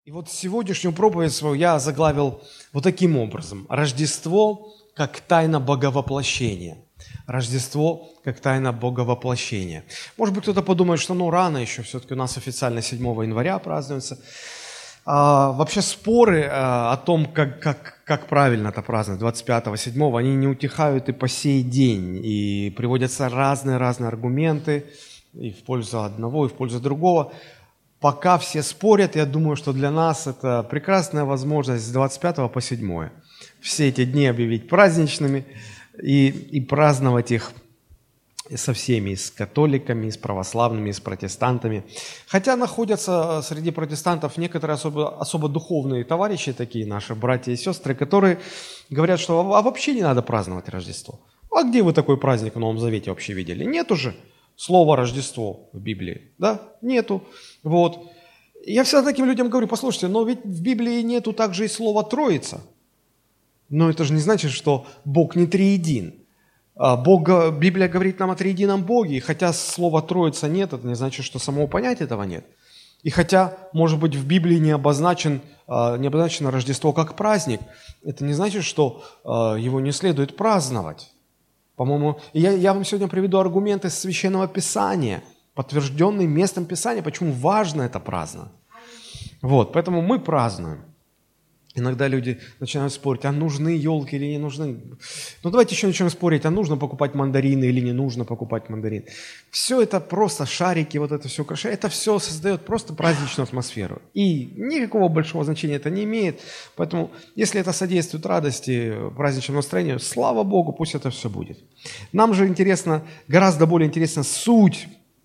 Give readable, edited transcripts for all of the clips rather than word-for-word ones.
И вот сегодняшнюю проповедь свою я заглавил вот таким образом. Рождество как тайна Боговоплощения. Рождество как тайна Боговоплощения. Может быть, кто-то подумает, что рано еще, все-таки у нас официально 7 января празднуется. Вообще споры о том, как правильно это праздновать, 25-го, 7-го, они не утихают и по сей день. И приводятся разные аргументы и в пользу одного, и в пользу другого. Пока все спорят, я думаю, что для нас это прекрасная возможность с 25 по 7 все эти дни объявить праздничными и праздновать их со всеми, и с католиками, и с православными, и с протестантами. Хотя находятся среди протестантов некоторые особо духовные товарищи, такие наши братья и сестры, которые говорят, что вообще не надо праздновать Рождество. А где вы такой праздник в Новом Завете вообще видели? Нет уже слова «Рождество» в Библии, да? Нету. Вот. Я всегда таким людям говорю: послушайте, но ведь в Библии нету также и слова «Троица». Но это же не значит, что Бог не триедин. Библия говорит нам о триедином Боге, и хотя слова «Троица» нет, это не значит, что самого понятия этого нет. И хотя, может быть, в Библии не обозначено Рождество как праздник, это не значит, что его не следует праздновать. По-моему, я вам сегодня приведу аргументы из Священного Писания, подтвержденные местом Писания, почему важно это праздновать. Вот, поэтому мы празднуем. Иногда люди начинают спорить, а нужны елки или не нужны. Ну давайте еще начнем спорить, а нужно покупать мандарины или не нужно покупать мандарины. Все это просто шарики, вот это все украшает, это все создает просто праздничную атмосферу. И никакого большого значения это не имеет. Поэтому, если это содействует радости, праздничному настроению, слава Богу, пусть это все будет. Нам же интересно, гораздо более интересна суть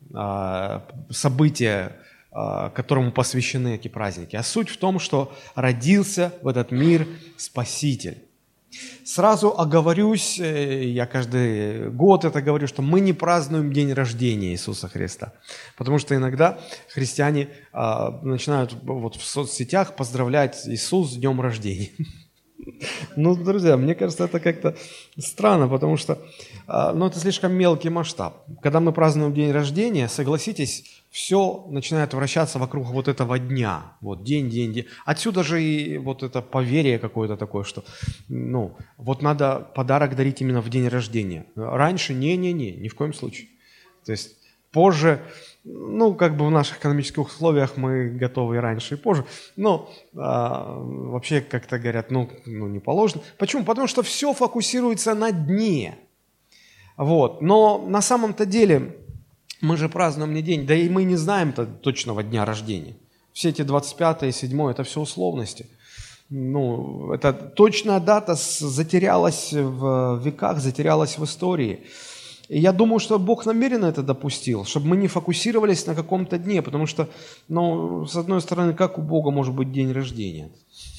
события, которому посвящены эти праздники. А суть в том, что родился в этот мир Спаситель. Сразу оговорюсь, я каждый год это говорю, что мы не празднуем день рождения Иисуса Христа. Потому что иногда христиане начинают вот в соцсетях поздравлять Иисуса с днем рождения. Ну, друзья, мне кажется, это как-то странно, потому что это слишком мелкий масштаб. Когда мы празднуем день рождения, согласитесь, все начинает вращаться вокруг вот этого дня. Вот день. Отсюда же и вот это поверье какое-то такое, что вот надо подарок дарить именно в день рождения. Раньше ни в коем случае. То есть позже, в наших экономических условиях мы готовы и раньше, и позже. Но вообще как-то говорят, не положено. Почему? Потому что все фокусируется на дне. Вот. Но на самом-то деле мы же празднуем не день, да и мы не знаем точного дня рождения. Все эти 25-е, 7-е, это все условности. Это точная дата затерялась в веках, затерялась в истории. И я думаю, что Бог намеренно это допустил, чтобы мы не фокусировались на каком-то дне, потому что, с одной стороны, как у Бога может быть день рождения?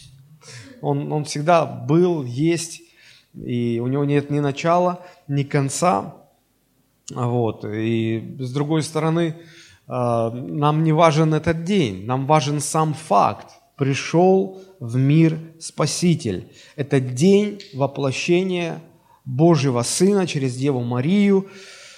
Он всегда был, есть, и у него нет ни начала, ни конца. Вот. И с другой стороны, нам не важен этот день, нам важен сам факт. Пришел в мир Спаситель. Это день воплощения Божьего Сына через Деву Марию.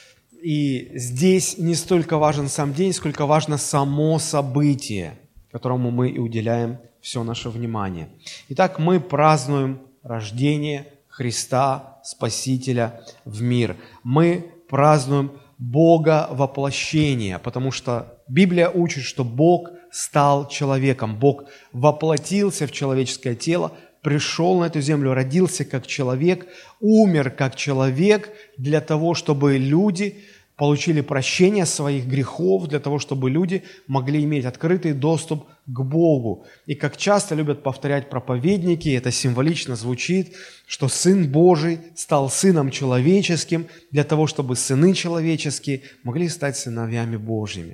И здесь не столько важен сам день, сколько важно само событие, которому мы и уделяем все наше внимание. Итак, мы празднуем рождение Христа, Спасителя в мир. Мы празднуем Бога воплощения, потому что Библия учит, что Бог стал человеком, Бог воплотился в человеческое тело, пришел на эту землю, родился как человек, умер как человек для того, чтобы люди получили прощение своих грехов, для того, чтобы люди могли иметь открытый доступ к Богу. И как часто любят повторять проповедники, это символично звучит, что Сын Божий стал Сыном человеческим для того, чтобы сыны человеческие могли стать сыновьями Божьими.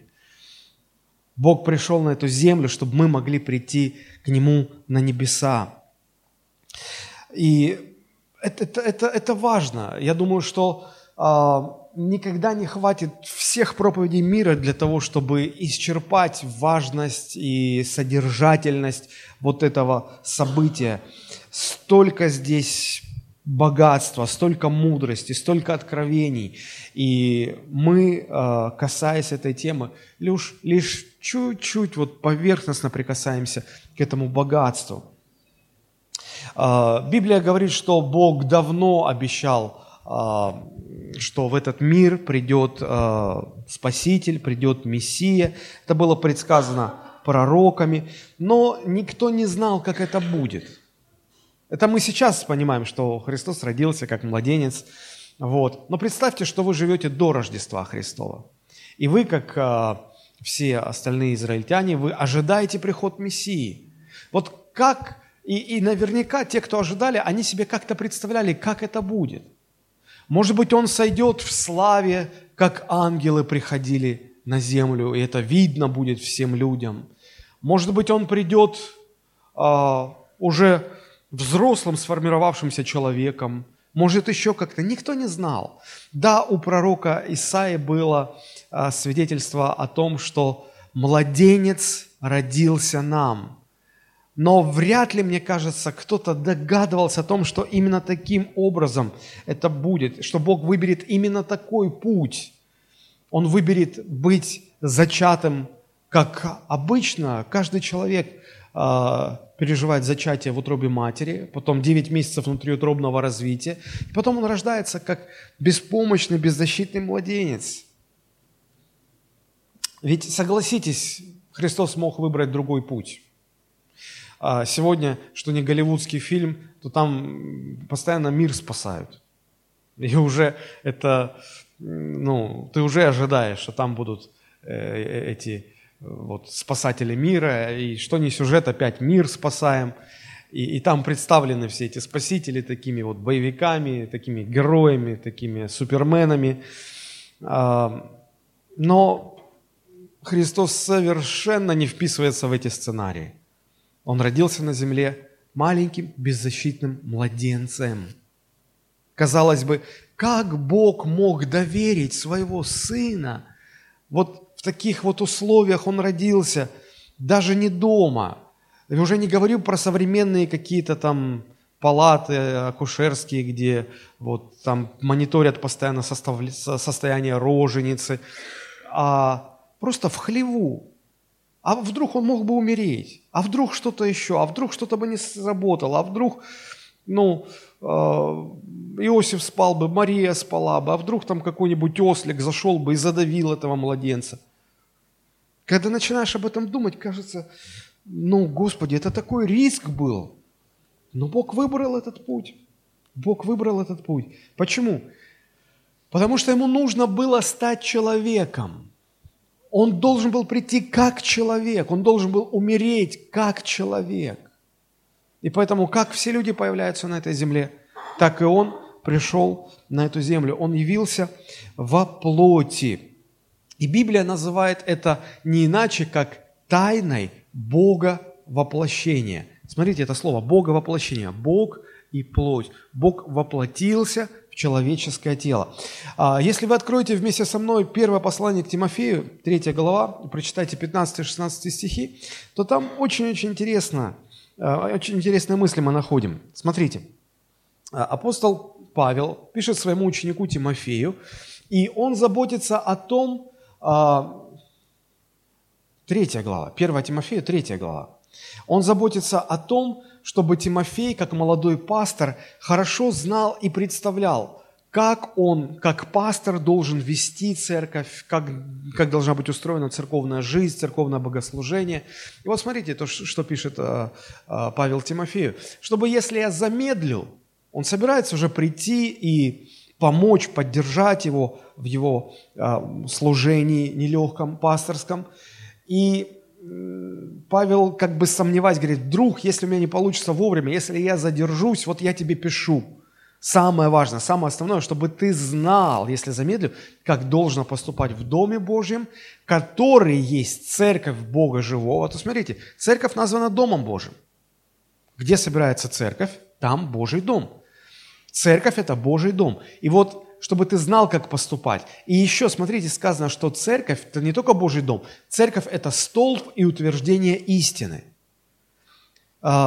Бог пришел на эту землю, чтобы мы могли прийти к Нему на небеса. И это важно. Я думаю, что никогда не хватит всех проповедей мира для того, чтобы исчерпать важность и содержательность вот этого события. Столько здесь богатства, столько мудрости, столько откровений. И мы, касаясь этой темы, лишь чуть-чуть вот поверхностно прикасаемся к этому богатству. Библия говорит, что Бог давно обещал, что в этот мир придет Спаситель, придет Мессия. Это было предсказано пророками, но никто не знал, как это будет. Это мы сейчас понимаем, что Христос родился как младенец. Вот. Но представьте, что вы живете до Рождества Христова. И вы, как все остальные израильтяне, вы ожидаете приход Мессии. Вот как, и наверняка те, кто ожидали, они себе как-то представляли, как это будет. Может быть, Он сойдет в славе, как ангелы приходили на землю, и это видно будет всем людям. Может быть, Он придет уже взрослым, сформировавшимся человеком. Может, еще как-то. Никто не знал. Да, у пророка Исаии было свидетельство о том, что младенец родился нам. Но вряд ли, мне кажется, кто-то догадывался о том, что именно таким образом это будет, что Бог выберет именно такой путь. Он выберет быть зачатым, как обычно каждый человек переживает зачатие в утробе матери, потом 9 месяцев внутриутробного развития, и потом он рождается как беспомощный, беззащитный младенец. Ведь, согласитесь, Христос мог выбрать другой путь. Сегодня, что не голливудский фильм, то там постоянно мир спасают. И уже это, ты уже ожидаешь, что там будут эти вот спасатели мира, и что не сюжет, опять мир спасаем. И там представлены все эти спасители такими вот боевиками, такими героями, такими суперменами. Но Христос совершенно не вписывается в эти сценарии. Он родился на земле маленьким беззащитным младенцем. Казалось бы, как Бог мог доверить своего сына? Вот в таких вот условиях он родился, даже не дома. Я уже не говорю про современные какие-то там палаты акушерские, где вот там мониторят постоянно состояние роженицы, а просто в хлеву. А вдруг он мог бы умереть? А вдруг что-то еще? А вдруг что-то бы не сработало? А вдруг, Иосиф спал бы, Мария спала бы, а вдруг там какой-нибудь ослик зашел бы и задавил этого младенца? Когда начинаешь об этом думать, кажется, Господи, это такой риск был. Но Бог выбрал этот путь. Бог выбрал этот путь. Почему? Потому что ему нужно было стать человеком. Он должен был прийти как человек, он должен был умереть как человек. И поэтому, как все люди появляются на этой земле, так и он пришел на эту землю. Он явился во плоти. И Библия называет это не иначе, как тайной Бога воплощения. Смотрите, это слово Бога воплощения. Бог и плоть. Бог воплотился в человеческое тело. Если вы откроете вместе со мной первое послание к Тимофею, 3 глава, прочитайте 15-16 стихи, то там очень-очень интересные мысли мы находим. Смотрите, апостол Павел пишет своему ученику Тимофею, и он заботится о том, 3 глава, 1 Тимофею, 3 глава. Он заботится о том, чтобы Тимофей, как молодой пастор, хорошо знал и представлял, как он, как пастор, должен вести церковь, как должна быть устроена церковная жизнь, церковное богослужение. И вот смотрите, то, что пишет Павел Тимофею. Чтобы, если я замедлю, он собирается уже прийти и помочь, поддержать его в его служении нелегком, пасторском. И Павел, как бы сомневаясь, говорит: вдруг, если у меня не получится вовремя, если я задержусь, вот я тебе пишу. Самое важное, самое основное, чтобы ты знал, если замедлю, как должно поступать в Доме Божьем, который есть церковь Бога живого. То смотрите, церковь названа Домом Божьим. Где собирается церковь, там Божий дом. Церковь – это Божий дом. И вот, чтобы ты знал, как поступать. И еще, смотрите, сказано, что церковь – это не только Божий дом. Церковь – это столб и утверждение истины.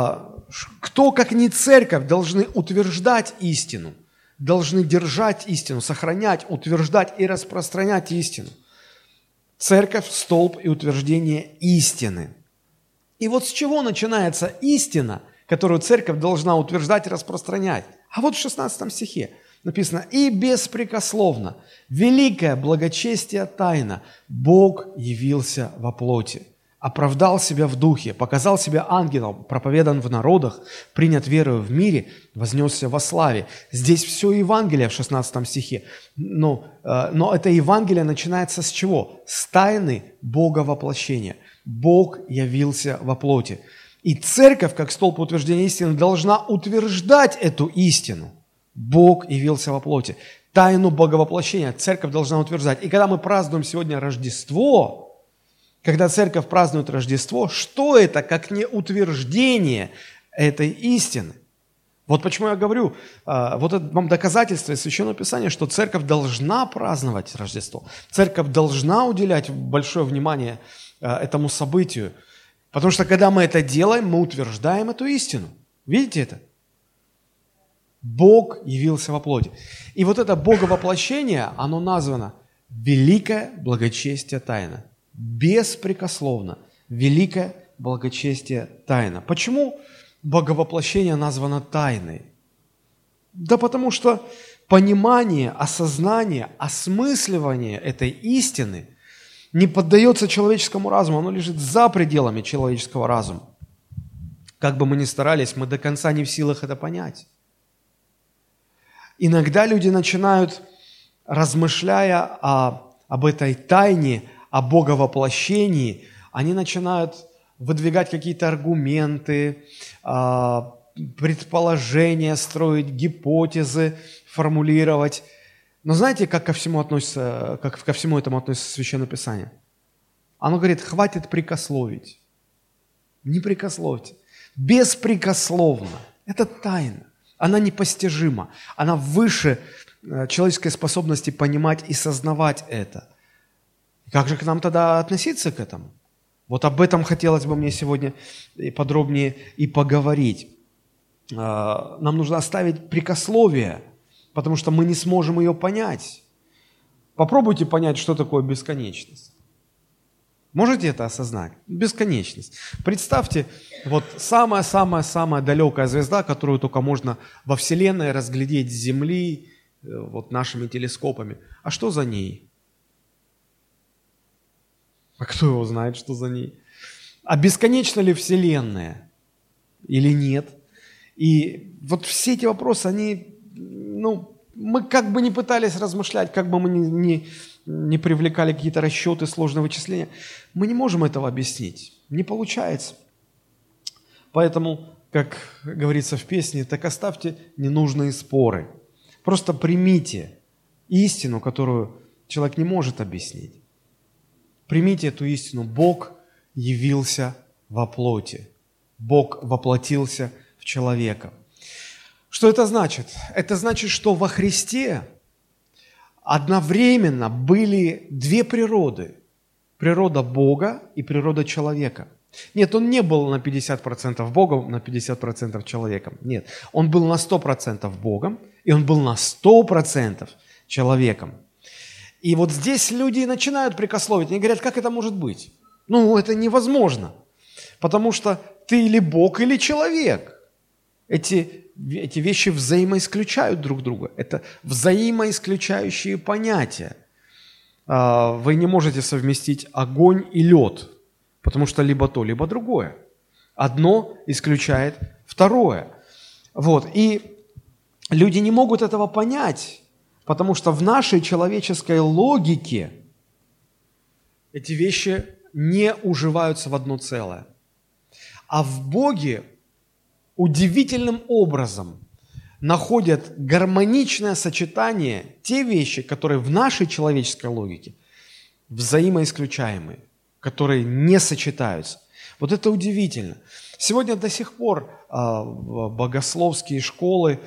кто, как не церковь, должны утверждать истину, должны держать истину, сохранять, утверждать и распространять истину. Церковь – столб и утверждение истины. И вот с чего начинается истина, которую церковь должна утверждать и распространять? А вот в 16 стихе написано: «И беспрекословно, великое благочестие тайна, Бог явился во плоти, оправдал себя в духе, показал себя ангелом, проповедан в народах, принят верою в мире, вознесся во славе». Здесь все Евангелие в 16 стихе. Но это Евангелие начинается с чего? С тайны Бога воплощения. Бог явился во плоти. И церковь, как столб утверждения истины, должна утверждать эту истину. Бог явился во плоти. Тайну Боговоплощения церковь должна утверждать. И когда мы празднуем сегодня Рождество, когда церковь празднует Рождество, что это, как не утверждение этой истины? Вот почему я говорю, вот это вам доказательство из Священного Писания, что церковь должна праздновать Рождество. Церковь должна уделять большое внимание этому событию. Потому что когда мы это делаем, мы утверждаем эту истину. Видите это? Бог явился во плоти. И вот это Боговоплощение, оно названо великое благочестие тайна. Беспрекословно. Великое благочестие тайна. Почему Боговоплощение названо тайной? Да потому что понимание, осознание, осмысливание этой истины не поддается человеческому разуму, оно лежит за пределами человеческого разума. Как бы мы ни старались, мы до конца не в силах это понять. Иногда люди начинают, размышляя об этой тайне, о Боговоплощении, они начинают выдвигать какие-то аргументы, предположения строить, гипотезы формулировать. Но знаете, как ко всему этому относится Священное Писание? Оно говорит: хватит прикословить. Не прикословьте. Беспрекословно. Это тайна. Она непостижима. Она выше человеческой способности понимать и сознавать это. Как же к нам тогда относиться к этому? Вот об этом хотелось бы мне сегодня подробнее и поговорить. Нам нужно оставить прикословие, потому что мы не сможем ее понять. Попробуйте понять, что такое бесконечность. Можете это осознать? Бесконечность. Представьте, вот самая-самая-самая далекая звезда, которую только можно во Вселенной разглядеть с Земли, вот нашими телескопами. А что за ней? А кто его знает, что за ней? А бесконечна ли Вселенная или нет? И вот все эти вопросы, они, мы как бы не пытались размышлять, как бы мы не привлекали какие-то расчеты, сложные вычисления, мы не можем этого объяснить. Не получается. Поэтому, как говорится в песне, так оставьте ненужные споры. Просто примите истину, которую человек не может объяснить. Примите эту истину. Бог явился во плоти. Бог воплотился в человека. Что это значит? Это значит, что во Христе одновременно были две природы. Природа Бога и природа человека. Нет, он не был на 50% Богом, на 50% человеком. Нет, он был на 100% Богом, и он был на 100% человеком. И вот здесь люди начинают прикословить. Они говорят: как это может быть? Это невозможно. Потому что ты или Бог, или человек. Эти вещи взаимоисключают друг друга. Это взаимоисключающие понятия. Вы не можете совместить огонь и лед, потому что либо то, либо другое. Одно исключает второе. И люди не могут этого понять, потому что в нашей человеческой логике эти вещи не уживаются в одно целое. А в Боге удивительным образом находят гармоничное сочетание те вещи, которые в нашей человеческой логике взаимоисключаемые, которые не сочетаются. Вот это удивительно. Сегодня до сих пор богословские школы,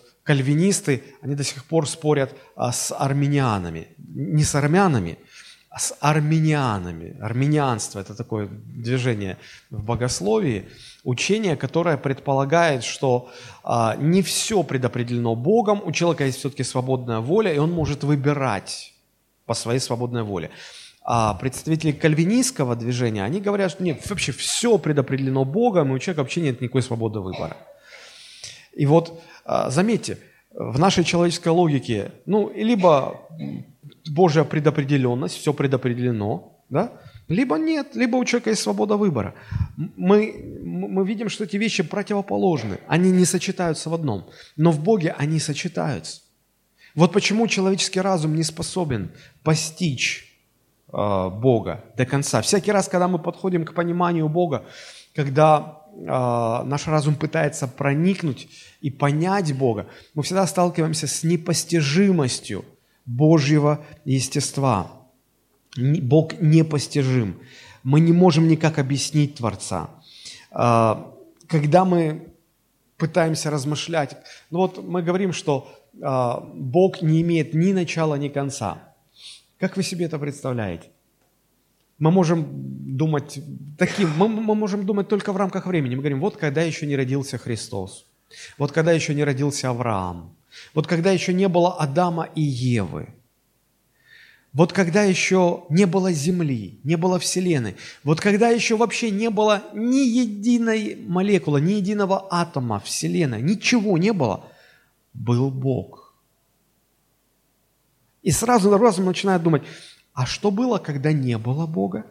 кальвинисты, они до сих пор спорят с армянианами. Не с армянами, с армянианами. Армянианство – это такое движение в богословии, учение, которое предполагает, что не все предопределено Богом, у человека есть все-таки свободная воля, и он может выбирать по своей свободной воле. А представители кальвинистского движения, они говорят, что нет, вообще все предопределено Богом, и у человека вообще нет никакой свободы выбора. И вот заметьте, в нашей человеческой логике, либо Божья предопределенность, все предопределено, да? Либо нет, либо у человека есть свобода выбора. Мы видим, что эти вещи противоположны, они не сочетаются в одном, но в Боге они сочетаются. Вот почему человеческий разум не способен постичь Бога до конца. Всякий раз, когда мы подходим к пониманию Бога, когда наш разум пытается проникнуть и понять Бога, мы всегда сталкиваемся с непостижимостью Божьего естества. Бог непостижим. Мы не можем никак объяснить Творца. Когда мы пытаемся размышлять, мы говорим, что Бог не имеет ни начала, ни конца. Как вы себе это представляете? Мы можем думать мы можем думать только в рамках времени. Мы говорим, вот когда еще не родился Христос, вот когда еще не родился Авраам, вот когда еще не было Адама и Евы, вот когда еще не было Земли, не было Вселенной, вот когда еще вообще не было ни единой молекулы, ни единого атома Вселенной, ничего не было, был Бог. И сразу разум начинает думать, а что было, когда не было Бога?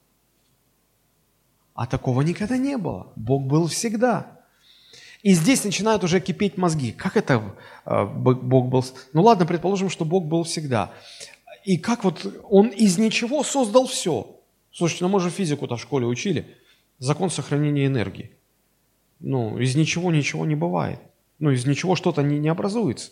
А такого никогда не было. Бог был всегда. И здесь начинают уже кипеть мозги. Как это Бог был? Ладно, предположим, что Бог был всегда. И как Он из ничего создал все? Слушайте, мы же физику-то в школе учили. Закон сохранения энергии. Из ничего ничего не бывает. Из ничего что-то не образуется.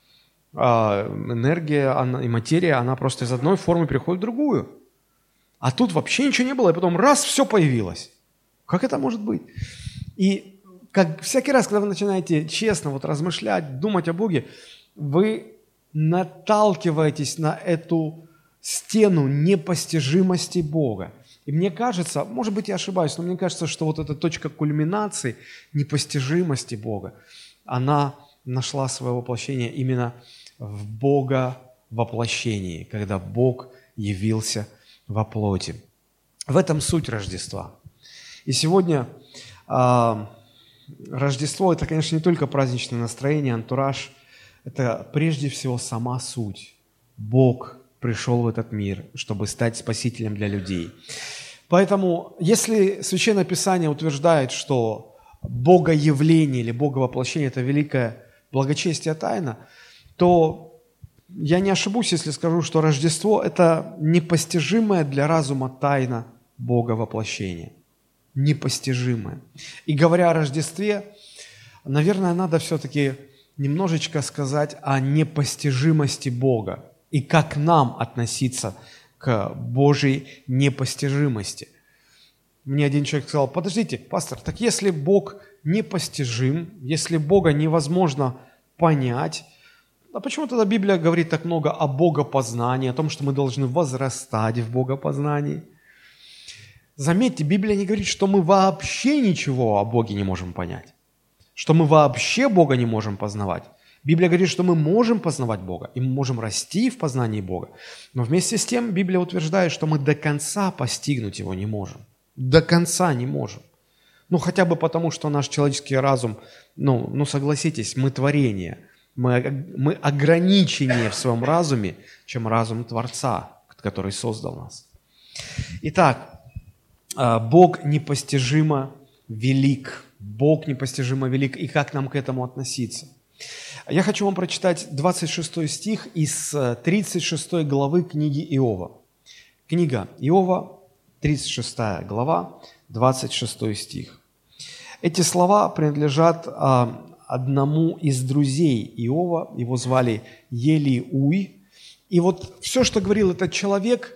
Энергия и материя, она просто из одной формы переходит в другую. А тут вообще ничего не было, и потом раз, все появилось. Как это может быть? И всякий раз, когда вы начинаете честно размышлять, думать о Боге, вы наталкиваетесь на эту стену непостижимости Бога. И мне кажется, может быть, я ошибаюсь, но мне кажется, что эта точка кульминации непостижимости Бога, она нашла свое воплощение именно в Бога воплощении, когда Бог явился во плоти. В этом суть Рождества. И сегодня Рождество – это, конечно, не только праздничное настроение, антураж, это прежде всего сама суть. Бог пришел в этот мир, чтобы стать спасителем для людей. Поэтому, если Священное Писание утверждает, что Богоявление или Боговоплощение – это великая благочестие тайна, то я не ошибусь, если скажу, что Рождество – это непостижимая для разума тайна Боговоплощения. Непостижимая. И говоря о Рождестве, наверное, надо все-таки немножечко сказать о непостижимости Бога и как нам относиться к Божьей непостижимости. Мне один человек сказал, подождите, пастор, так если Бог непостижим, если Бога невозможно понять, а почему тогда Библия говорит так много о богопознании, о том, что мы должны возрастать в богопознании? Заметьте, Библия не говорит, что мы вообще ничего о Боге не можем понять, что мы вообще Бога не можем познавать. Библия говорит, что мы можем познавать Бога, и мы можем расти в познании Бога. Но вместе с тем Библия утверждает, что мы до конца постигнуть Его не можем. До конца не можем. Хотя бы потому, что наш человеческий разум, согласитесь, мы творение, мы ограниченнее в своем разуме, чем разум Творца, который создал нас. Итак, Бог непостижимо велик. Бог непостижимо велик. И как нам к этому относиться? Я хочу вам прочитать 26 стих из 36 главы книги Иова. Книга Иова, 36 глава, 26 стих. Эти слова принадлежат одному из друзей Иова, его звали Елиуй. И все, что говорил этот человек,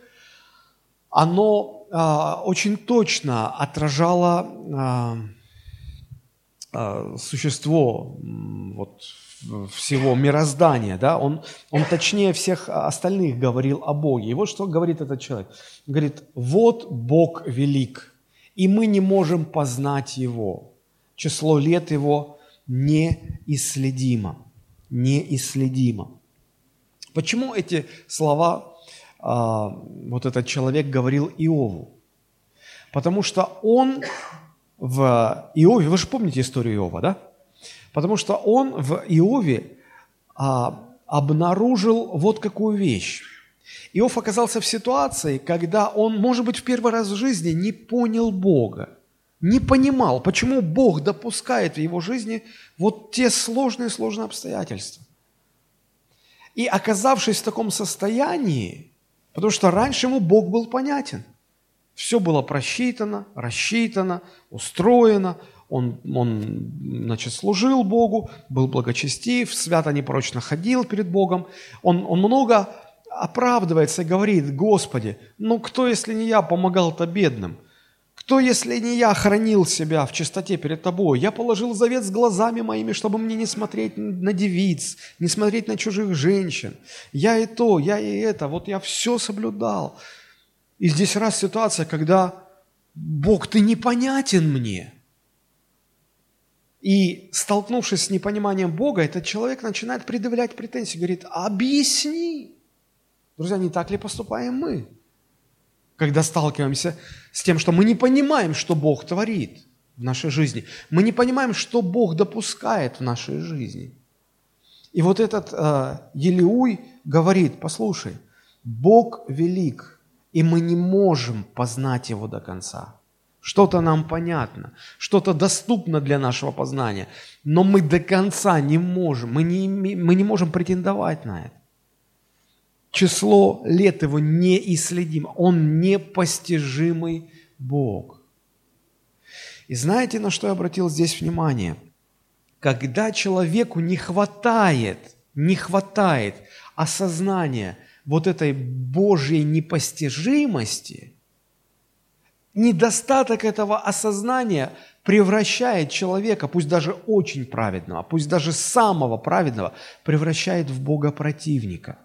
оно очень точно отражало существо всего мироздания, да, он точнее всех остальных говорил о Боге. И вот что говорит этот человек. Он говорит: вот Бог велик, и мы не можем познать Его. Число лет Его неисследимо. Неисследимо. Почему эти слова вот этот человек говорил Иову? Потому что он в Иове, вы же помните историю Иова, да? Потому что он в Иове обнаружил вот какую вещь. Иов оказался в ситуации, когда он, может быть, в первый раз в жизни не понял Бога, не понимал, почему Бог допускает в его жизни вот те сложные обстоятельства. И оказавшись в таком состоянии, потому что раньше ему Бог был понятен, все было просчитано, рассчитано, устроено, он служил Богу, был благочестив, свято непорочно ходил перед Богом, он много оправдывается и говорит: Господи, кто, если не я, помогал-то бедным? Кто, если не я, хранил себя в чистоте перед Тобой? Я положил завет с глазами моими, чтобы мне не смотреть на девиц, не смотреть на чужих женщин. Я и то, я и это, вот я все соблюдал. И здесь раз ситуация, когда: Бог, Ты непонятен мне. И, столкнувшись с непониманием Бога, этот человек начинает предъявлять претензии, говорит: объясни. Друзья, не так ли поступаем мы, когда сталкиваемся с тем, что мы не понимаем, что Бог творит в нашей жизни? Мы не понимаем, что Бог допускает в нашей жизни. И вот этот Елиуй говорит: послушай, Бог велик, и мы не можем познать Его до конца. Что-то нам понятно, что-то доступно для нашего познания, но мы до конца не можем, мы не можем претендовать на это. Число лет Его неисследимо, Он непостижимый Бог. И знаете, на что я обратил здесь внимание? Когда человеку не хватает осознания вот этой Божьей непостижимости, недостаток этого осознания превращает человека, пусть даже очень праведного, пусть даже самого праведного, превращает в богопротивника.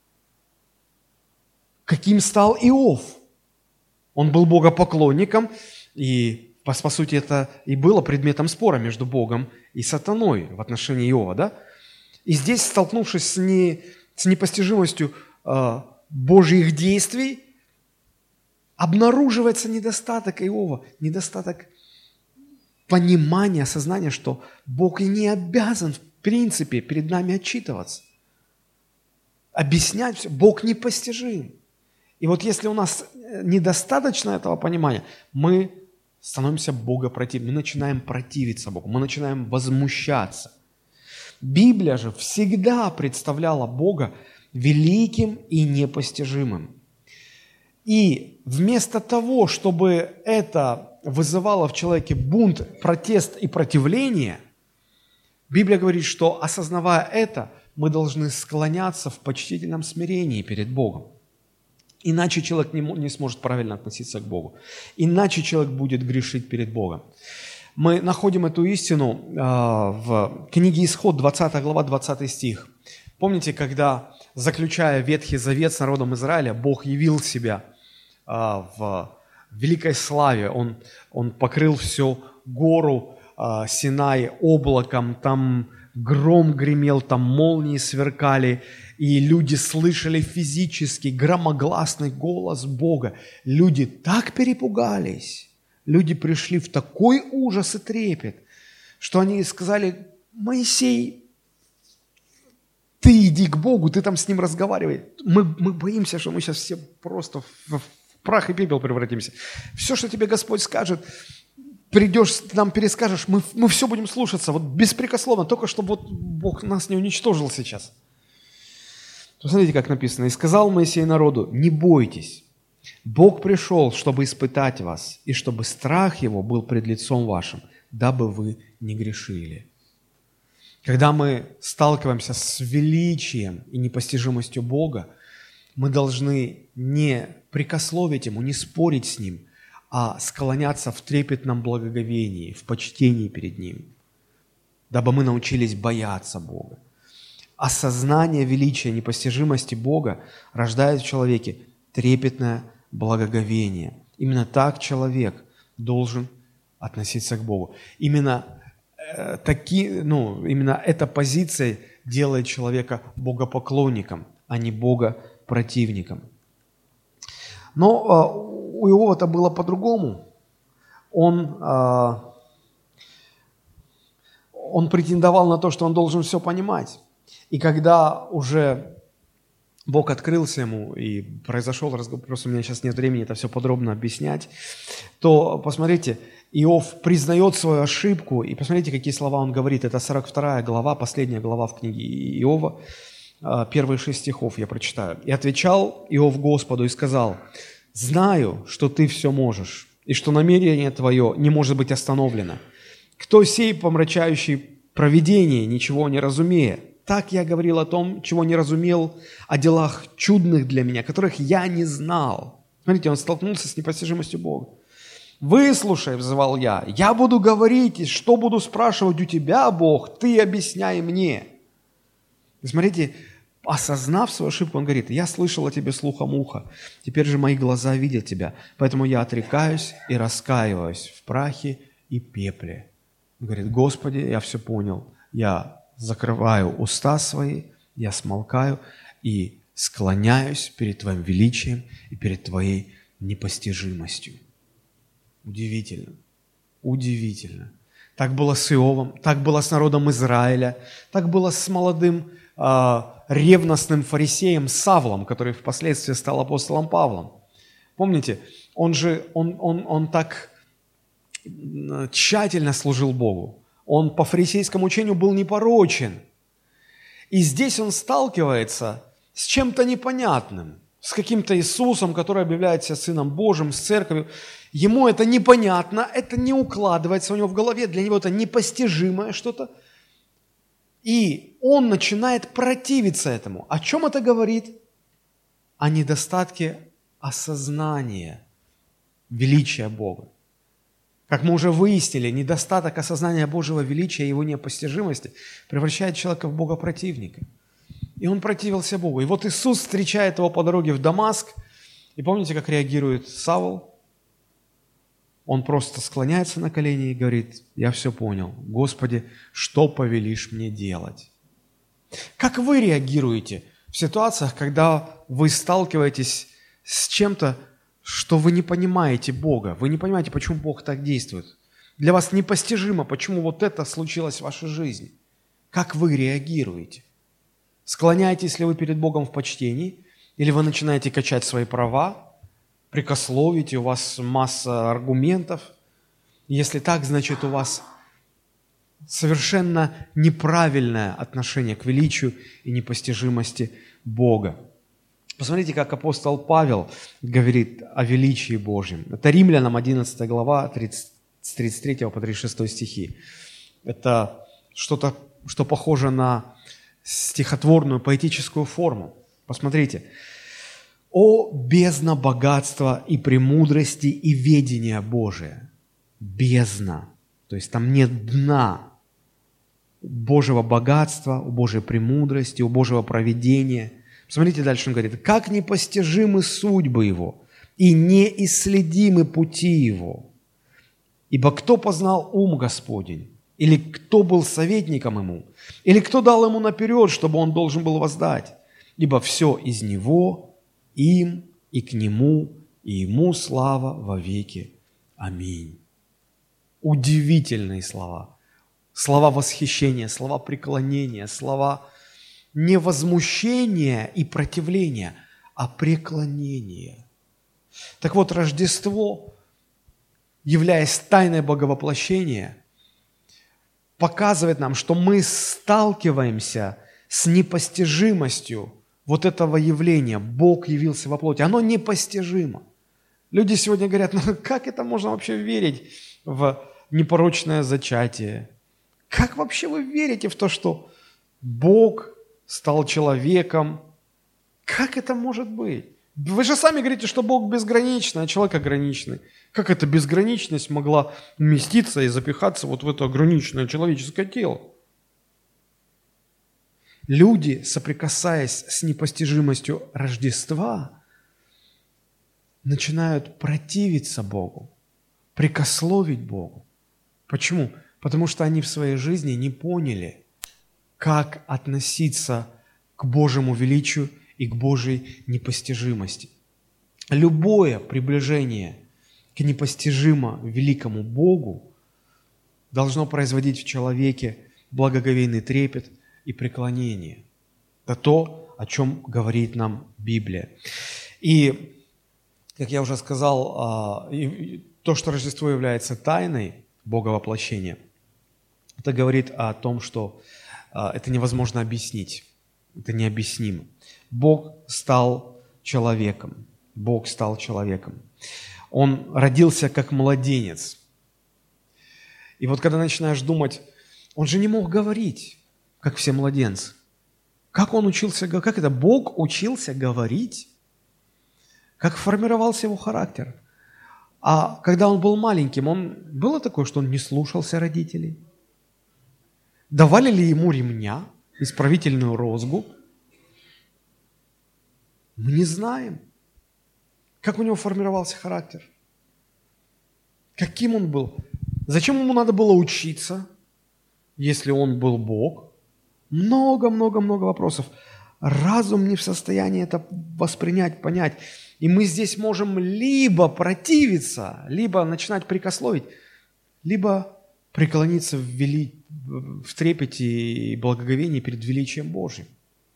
Каким стал Иов? Он был богопоклонником, и, по сути, это и было предметом спора между Богом и сатаной в отношении Иова, да? И здесь, столкнувшись с непостижимостью Божьих действий, обнаруживается недостаток Иова, недостаток понимания, осознания, что Бог и не обязан, в принципе, перед нами отчитываться, объяснять все. Бог непостижим. И вот если у нас недостаточно этого понимания, мы становимся богопротивными, мы начинаем противиться Богу, мы начинаем возмущаться. Библия же всегда представляла Бога великим и непостижимым. И вместо того, чтобы это вызывало в человеке бунт, протест и противление, Библия говорит, что, осознавая это, мы должны склоняться в почтительном смирении перед Богом. Иначе человек не сможет правильно относиться к Богу. Иначе человек будет грешить перед Богом. Мы находим эту истину в книге Исход, 20 глава, 20 стих. Помните, когда, заключая Ветхий Завет с народом Израиля, Бог явил себя в великой славе. Он покрыл всю гору Синай облаком, там гром гремел, там молнии сверкали, и люди слышали физически громогласный голос Бога. Люди так перепугались, люди пришли в такой ужас и трепет, что они сказали: Моисей, ты иди к Богу, ты там с Ним разговаривай. Мы боимся, что мы сейчас все просто в прах и пепел превратимся. Все, что тебе Господь скажет, придешь, нам перескажешь, мы все будем слушаться, вот беспрекословно, только чтобы вот Бог нас не уничтожил сейчас. Посмотрите, как написано. «И сказал Моисей народу: не бойтесь, Бог пришел, чтобы испытать вас, и чтобы страх Его был пред лицом вашим, дабы вы не грешили». Когда мы сталкиваемся с величием и непостижимостью Бога, мы должны не прекословить Ему, не спорить с Ним, а склоняться в трепетном благоговении, в почтении перед Ним. дабы мы научились бояться Бога. Осознание величия, непостижимости Бога рождает в человеке трепетное благоговение. Именно так человек должен относиться к Богу. Именно эта позиция делает человека богопоклонником, а не богопротивником. Но у Иова это было по-другому. Он претендовал на то, что он должен все понимать. И когда уже Бог открылся ему, и произошел разговор, просто у меня сейчас нет времени это все подробно объяснять, то, посмотрите, Иов признает свою ошибку, и посмотрите, какие слова он говорит. Это 42 глава, последняя глава в книге Иова, первые 6 стихов я прочитаю. «И отвечал Иов Господу и сказал: знаю, что ты все можешь, и что намерение твое не может быть остановлено. Кто сей, помрачающий провидение, ничего не разумея? Так я говорил о том, чего не разумел, о делах чудных для меня, которых я не знал». Смотрите, он столкнулся с непостижимостью Бога. «Выслушай, — взывал я буду говорить, и что буду спрашивать у тебя, Бог, ты объясняй мне». И смотрите, осознав свою ошибку, он говорит: я слышал о тебе слухом уха, теперь же мои глаза видят тебя, поэтому я отрекаюсь и раскаиваюсь в прахе и пепле. Он говорит: Господи, я все понял, я закрываю уста свои, я смолкаю и склоняюсь перед Твоим величием и перед Твоей непостижимостью. Удивительно, удивительно. Так было с Иовом, так было с народом Израиля, так было с молодым ревностным фарисеем Савлом, который впоследствии стал апостолом Павлом. Помните, он так тщательно служил Богу. Он по фарисейскому учению был непорочен. И здесь он сталкивается с чем-то непонятным, с каким-то Иисусом, который объявляет себя Сыном Божьим, с церковью. Ему это непонятно, это не укладывается у него в голове, для него это непостижимое что-то. И он начинает противиться этому. О чем это говорит? О недостатке осознания величия Бога. Как мы уже выяснили, недостаток осознания Божьего величия и его непостижимости превращает человека в богопротивника. И он противился Богу. И вот Иисус встречает его по дороге в Дамаск. И помните, как реагирует Савл? Он просто склоняется на колени и говорит: я все понял. Господи, что повелишь мне делать? Как вы реагируете в ситуациях, когда вы сталкиваетесь с чем-то, что вы не понимаете Бога? Вы не понимаете, почему Бог так действует. Для вас непостижимо, почему вот это случилось в вашей жизни. Как вы реагируете? Склоняетесь ли вы перед Богом в почтении? Или вы начинаете качать свои права? Прикословите, у вас масса аргументов. Если так, значит, у вас совершенно неправильное отношение к величию и непостижимости Бога. Посмотрите, как апостол Павел говорит о величии Божьем. Это Римлянам 11 глава, с 33 по 36 стихи. Это что-то, что похоже на стихотворную, поэтическую форму. Посмотрите. «О бездна богатства и премудрости и ведения Божия». Бездна. То есть там нет дна у Божьего богатства, у Божьей премудрости, у Божьего провидения. Посмотрите, дальше он говорит: «Как непостижимы судьбы Его, и неисследимы пути Его. Ибо кто познал ум Господень? Или кто был советником Ему? Или кто дал Ему наперед, чтобы Он должен был воздать? Ибо все из Него, им и к Нему, и Ему слава во веки. Аминь». Удивительные слова. Слова восхищения, слова преклонения, слова не возмущения и противления, а преклонения. Так вот, Рождество, являясь тайной Боговоплощения, показывает нам, что мы сталкиваемся с непостижимостью вот этого явления. Бог явился во плоти. Оно непостижимо. Люди сегодня говорят: ну как это можно вообще верить в непорочное зачатие? Как вообще вы верите в то, что Бог стал человеком? Как это может быть? Вы же сами говорите, что Бог безграничный, а человек ограниченный. Как эта безграничность могла вместиться и запихаться вот в это ограниченное человеческое тело? Люди, соприкасаясь с непостижимостью Рождества, начинают противиться Богу, прекословить Богу. Почему? Потому что они в своей жизни не поняли, как относиться к Божьему величию и к Божьей непостижимости. Любое приближение к непостижимо великому Богу должно производить в человеке благоговейный трепет и преклонение. Это то, о чем говорит нам Библия. И, как я уже сказал, то, что Рождество является тайной Бога воплощения, это говорит о том, что это невозможно объяснить, это необъяснимо. Бог стал человеком. Бог стал человеком. Он родился как младенец. И вот когда начинаешь думать, он же не мог говорить, как все младенцы. Как он учился, как это Бог учился говорить? Как формировался его характер? А когда он был маленьким, было такое, что он не слушался родителей? Давали ли ему ремня, исправительную розгу? Мы не знаем. Как у него формировался характер? Каким он был? Зачем ему надо было учиться, если он был Бог? Много-много-много вопросов. Разум не в состоянии это воспринять, понять. И мы здесь можем либо противиться, либо начинать прикословить, либо преклониться в трепете и благоговении перед величием Божьим.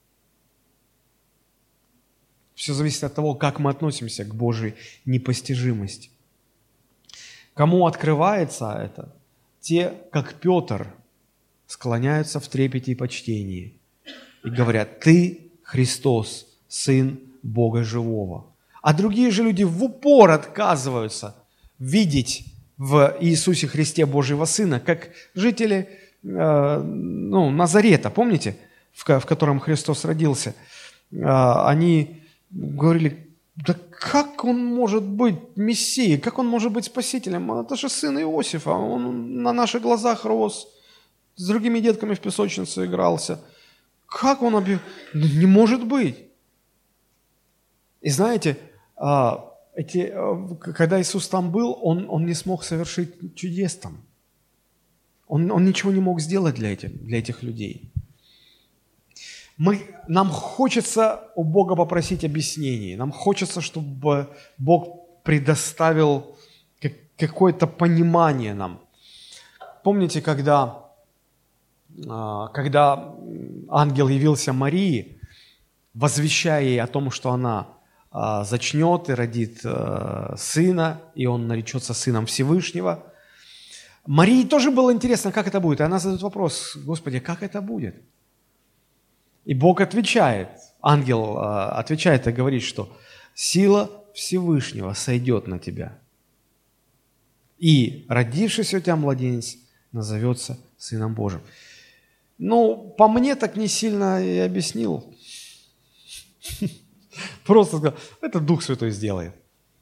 Все зависит от того, как мы относимся к Божьей непостижимости. Кому открывается это? Те, как Петр, склоняются в трепете и почтении и говорят: «Ты Христос, Сын Бога Живого». А другие же люди в упор отказываются видеть в Иисусе Христе Божьего Сына, как жители Назарета, помните, в котором Христос родился. Они говорили: да как он может быть Мессией, как он может быть Спасителем? Это же сын Иосифа, он на наших глазах рос, с другими детками в песочнице игрался. Как он не может быть. И знаете, когда Иисус там был, он не смог совершить чудес там. Он ничего не мог сделать для этих людей. Нам хочется у Бога попросить объяснений. Нам хочется, чтобы Бог предоставил какое-то понимание нам. Помните, когда ангел явился Марии, возвещая ей о том, что она зачнет и родит сына, и он наречется сыном Всевышнего, Марии тоже было интересно, как это будет. И она задает вопрос: Господи, как это будет? И Бог отвечает, ангел отвечает и говорит, что сила Всевышнего сойдет на тебя. И родившийся у тебя младенец назовется Сыном Божьим. По мне так не сильно и объяснил. Просто сказал: это Дух Святой сделает.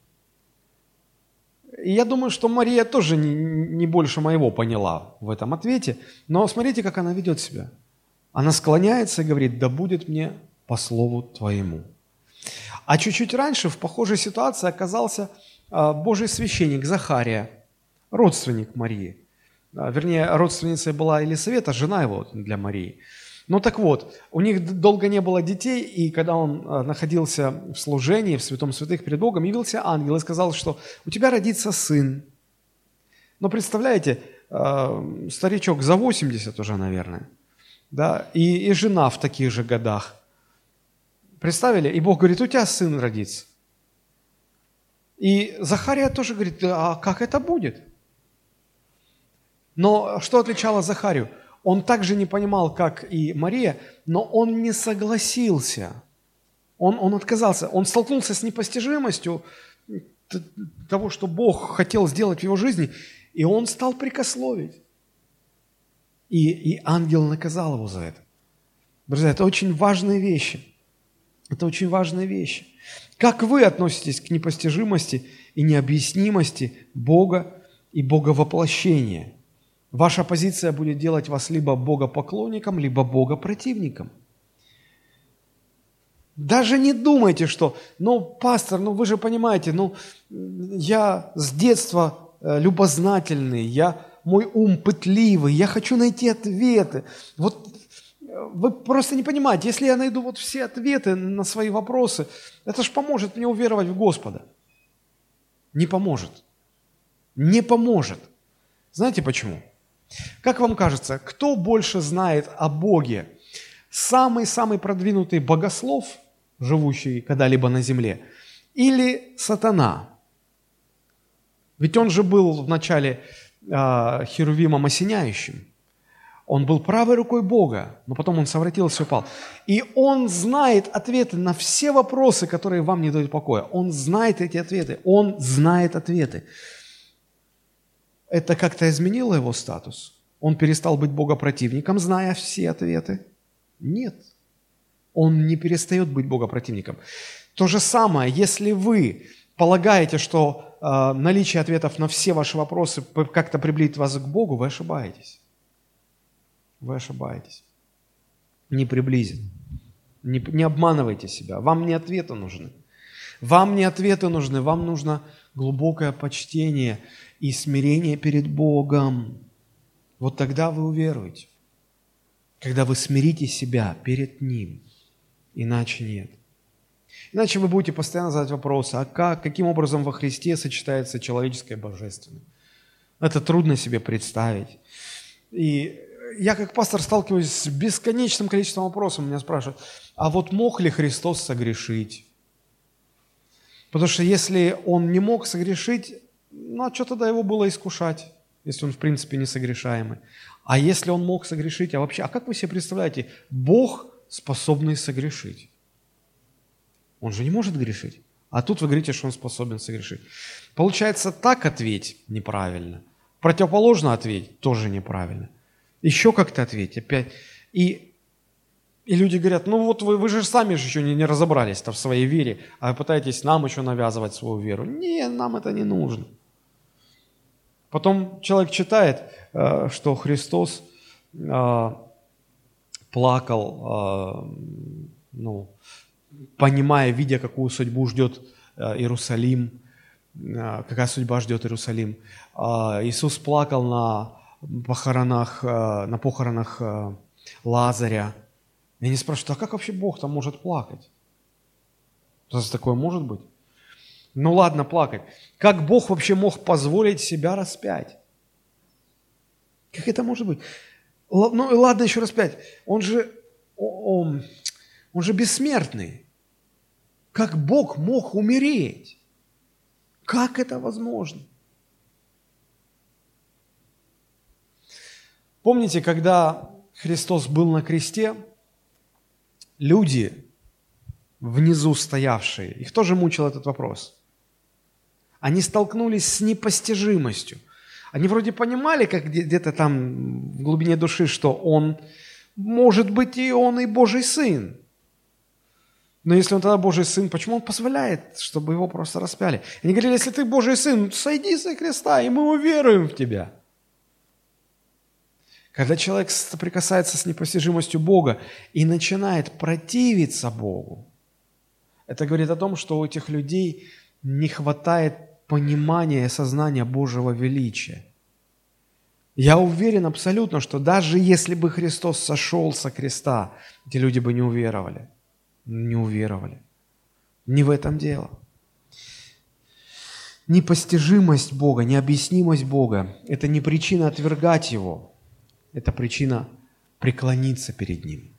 И я думаю, что Мария тоже не больше моего поняла в этом ответе. Но смотрите, как она ведет себя. Она склоняется и говорит: да будет мне по слову твоему. А чуть-чуть раньше в похожей ситуации оказался Божий священник Захария, родственник Марии. Вернее, родственницей была Елисавета, жена его для Марии. Так вот, у них долго не было детей, и когда он находился в служении, в святом святых перед Богом, явился ангел и сказал, что у тебя родится сын. Но представляете, старичок за 80 уже, наверное, да, и жена в таких же годах. Представили? И Бог говорит: у тебя сын родится. И Захария тоже говорит: а как это будет? Но что отличало Захарию? Он также не понимал, как и Мария, но он не согласился. Он отказался. Он столкнулся с непостижимостью того, что Бог хотел сделать в его жизни, и он стал прекословить. И ангел наказал его за это. Друзья, это очень важные вещи. Это очень важные вещи. Как вы относитесь к непостижимости и необъяснимости Бога и Боговоплощения? Ваша позиция будет делать вас либо богопоклонником, либо богопротивником. Даже не думайте, что, пастор, вы же понимаете, я с детства любознательный, мой ум пытливый, я хочу найти ответы. Вот вы просто не понимаете, если я найду вот все ответы на свои вопросы, это ж поможет мне уверовать в Господа. Не поможет. Не поможет. Знаете почему? Как вам кажется, кто больше знает о Боге? Самый-самый продвинутый богослов, живущий когда-либо на земле, или сатана? Ведь он же был вначале херувимом осеняющим. Он был правой рукой Бога, но потом он совратился и упал. И он знает ответы на все вопросы, которые вам не дают покоя. Он знает эти ответы. Он знает ответы. Это как-то изменило его статус? Он перестал быть богопротивником, зная все ответы? Нет. Он не перестает быть богопротивником. То же самое, если вы полагаете, что наличие ответов на все ваши вопросы как-то приблизит вас к Богу, вы ошибаетесь. Вы ошибаетесь. Не приблизит. Не обманывайте себя. Вам не ответы нужны. Вам не ответы нужны. Вам нужно глубокое почтение и смирение перед Богом. Вот тогда вы уверуете. Когда вы смирите себя перед Ним. Иначе нет. Иначе вы будете постоянно задать вопросы, каким образом во Христе сочетается человеческое и божественное. Это трудно себе представить. И я как пастор сталкиваюсь с бесконечным количеством вопросов. Меня спрашивают, а вот мог ли Христос согрешить? Потому что если Он не мог согрешить, а что тогда Его было искушать, если Он в принципе не согрешаемый? А если Он мог согрешить, как вы себе представляете, Бог, способный согрешить? Он же не может грешить. А тут вы говорите, что Он способен согрешить. Получается, так ответь неправильно. Противоположно ответь тоже неправильно. Еще как-то ответь опять. И люди говорят, вы же сами еще не разобрались-то в своей вере, а вы пытаетесь нам еще навязывать свою веру. Не, нам это не нужно. Потом человек читает, что Христос плакал, понимая, видя, какую судьбу ждет Иерусалим, какая судьба ждет Иерусалим. Иисус плакал на похоронах Лазаря. И они спрашивают, а как вообще Бог там может плакать? Разве такое может быть? Ладно, плакать. Как Бог вообще мог позволить себя распять? Как это может быть? Ладно, еще распять. Он же бессмертный. Как Бог мог умереть? Как это возможно? Помните, когда Христос был на кресте, люди, внизу стоявшие, их тоже мучил этот вопрос. Они столкнулись с непостижимостью. Они вроде понимали, как где-то там в глубине души, что Он, может быть, и Он и Божий Сын. Но если Он тогда Божий Сын, почему Он позволяет, чтобы Его просто распяли? Они говорили, если Ты Божий Сын, сойди со креста, и мы уверуем в Тебя. Когда человек соприкасается с непостижимостью Бога и начинает противиться Богу, это говорит о том, что у этих людей не хватает понимания и осознания Божьего величия. Я уверен абсолютно, что даже если бы Христос сошел со креста, эти люди бы не уверовали. Не уверовали. Не в этом дело. Непостижимость Бога, необъяснимость Бога – это не причина отвергать Его. Это причина преклониться перед Ним.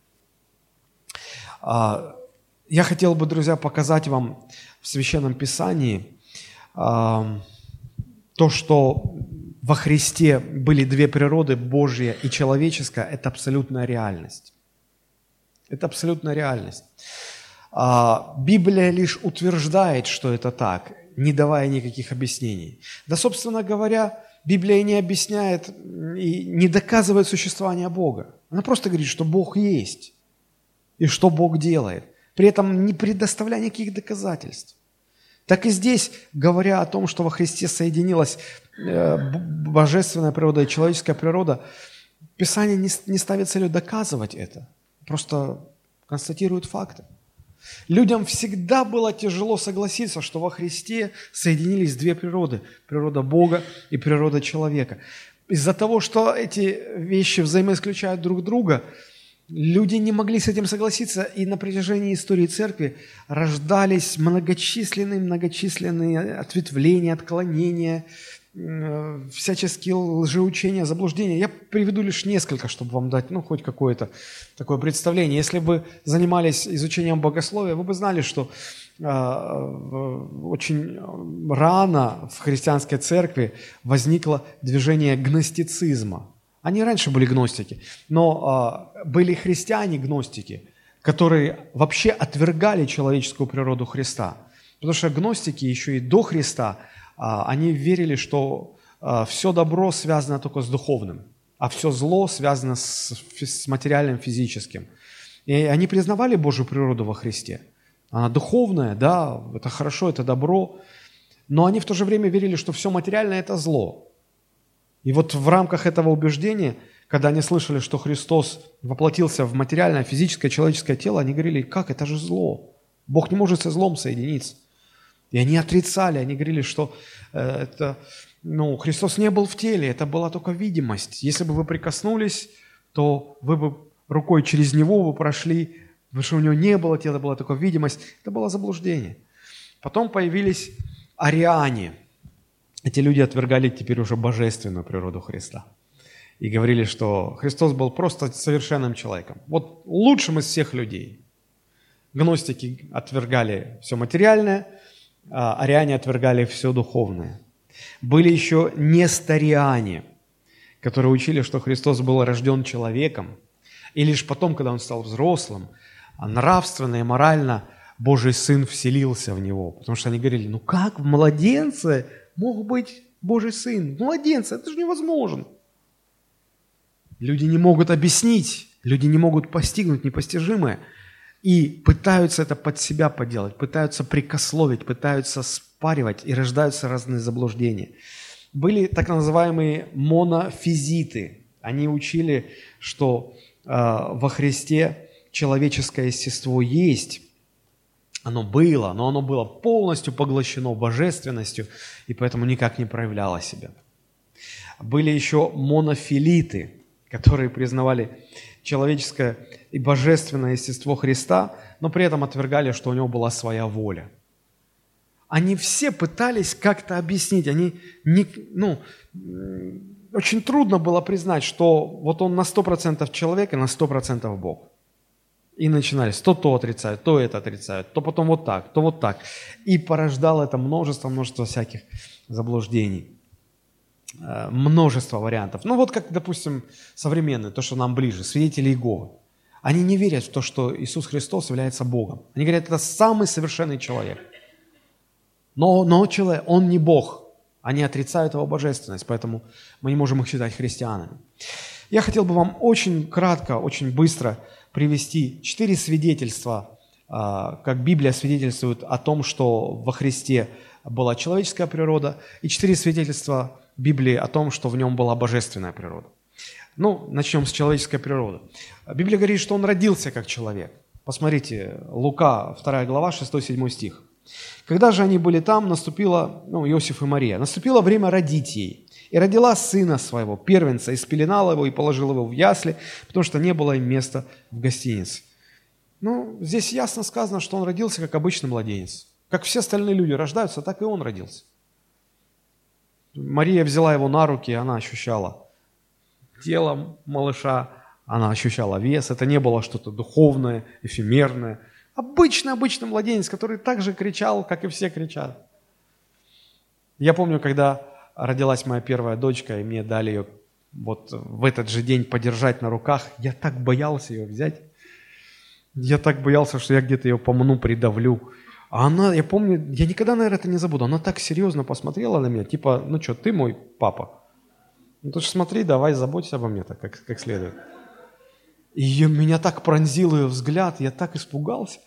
Я хотел бы, друзья, показать вам в Священном Писании то, что во Христе были две природы, Божья и человеческая, это абсолютная реальность. Это абсолютная реальность. Библия лишь утверждает, что это так, не давая никаких объяснений. Да, собственно говоря, Библия не объясняет и не доказывает существование Бога. Она просто говорит, что Бог есть и что Бог делает, при этом не предоставляя никаких доказательств. Так и здесь, говоря о том, что во Христе соединилась божественная природа и человеческая природа, Писание не ставит целью доказывать это, просто констатирует факты. Людям всегда было тяжело согласиться, что во Христе соединились две природы. Природа Бога и природа человека. Из-за того, что эти вещи взаимоисключают друг друга, люди не могли с этим согласиться, и на протяжении истории церкви рождались многочисленные ответвления, отклонения, всяческие лжеучения, заблуждения. Я приведу лишь несколько, чтобы вам дать, хоть какое-то такое представление. Если бы занимались изучением богословия, вы бы знали, что очень рано в христианской церкви возникло движение гностицизма. Они раньше были гностики, но были христиане-гностики, которые вообще отвергали человеческую природу Христа. Потому что гностики еще и до Христа, они верили, что все добро связано только с духовным, а все зло связано с материальным, физическим. И они признавали Божью природу во Христе. Она духовная, да, это хорошо, это добро, но они в то же время верили, что все материальное – это зло. И вот в рамках этого убеждения, когда они слышали, что Христос воплотился в материальное, физическое, человеческое тело, они говорили: как, это же зло, Бог не может со злом соединиться. И они отрицали, они говорили, что Христос не был в теле, это была только видимость. Если бы вы прикоснулись, то вы бы рукой через Него вы прошли, потому что у Него не было тела, была только видимость. Это было заблуждение. Потом появились ариане. Эти люди отвергали теперь уже божественную природу Христа. И говорили, что Христос был просто совершенным человеком. Вот лучшим из всех людей. Гностики отвергали все материальное, ариане отвергали все духовное. Были еще несториане, которые учили, что Христос был рожден человеком, и лишь потом, когда Он стал взрослым, нравственно и морально Божий Сын вселился в Него. Потому что они говорили: как в младенце мог быть Божий Сын? Младенца, это же невозможно. Люди не могут объяснить, люди не могут постигнуть непостижимое. И пытаются это под себя поделать, пытаются прикословить, пытаются спаривать, и рождаются разные заблуждения. Были так называемые монофизиты. Они учили, что во Христе человеческое естество есть, оно было, но оно было полностью поглощено божественностью, и поэтому никак не проявляло себя. Были еще монофилиты, которые признавали человеческое и божественное естество Христа, но при этом отвергали, что у Него была своя воля. Они все пытались как-то объяснить, очень трудно было признать, что вот Он на 100% человек и на 100% Бог. И начинались, то отрицают, то это отрицают, то потом вот так, то вот так. И порождало это множество всяких заблуждений. Множество вариантов. Вот как, допустим, современные, то, что нам ближе, свидетели Иеговы. Они не верят в то, что Иисус Христос является Богом. Они говорят, это самый совершенный человек. Но человек, Он не Бог. Они отрицают Его божественность, поэтому мы не можем их считать христианами. Я хотел бы вам очень кратко, очень быстро привести 4 свидетельства, как Библия свидетельствует о том, что во Христе была человеческая природа, и 4 свидетельства Библии о том, что в Нем была божественная природа. Начнем с человеческой природы. Библия говорит, что Он родился как человек. Посмотрите, Лука, 2 глава, 6-7 стих. «Когда же они были там, наступило, Иосиф и Мария, наступило время родить ей. И родила сына своего, первенца, и спеленала его, и положила его в ясли, потому что не было им места в гостинице». Здесь ясно сказано, что Он родился как обычный младенец. Как все остальные люди рождаются, так и Он родился. Мария взяла его на руки, и она ощущала тело малыша, она ощущала вес. Это не было что-то духовное, эфемерное. Обычный младенец, который так же кричал, как и все кричат. Я помню, когда родилась моя первая дочка, и мне дали ее вот в этот же день подержать на руках, я так боялся ее взять. Я так боялся, что я где-то ее помну, придавлю. А она, я помню, я никогда, наверное, это не забуду, она так серьезно посмотрела на меня, типа, ты мой папа. Ты же смотри, давай, заботься обо мне так, как следует. И меня так пронзил ее взгляд, я так испугался.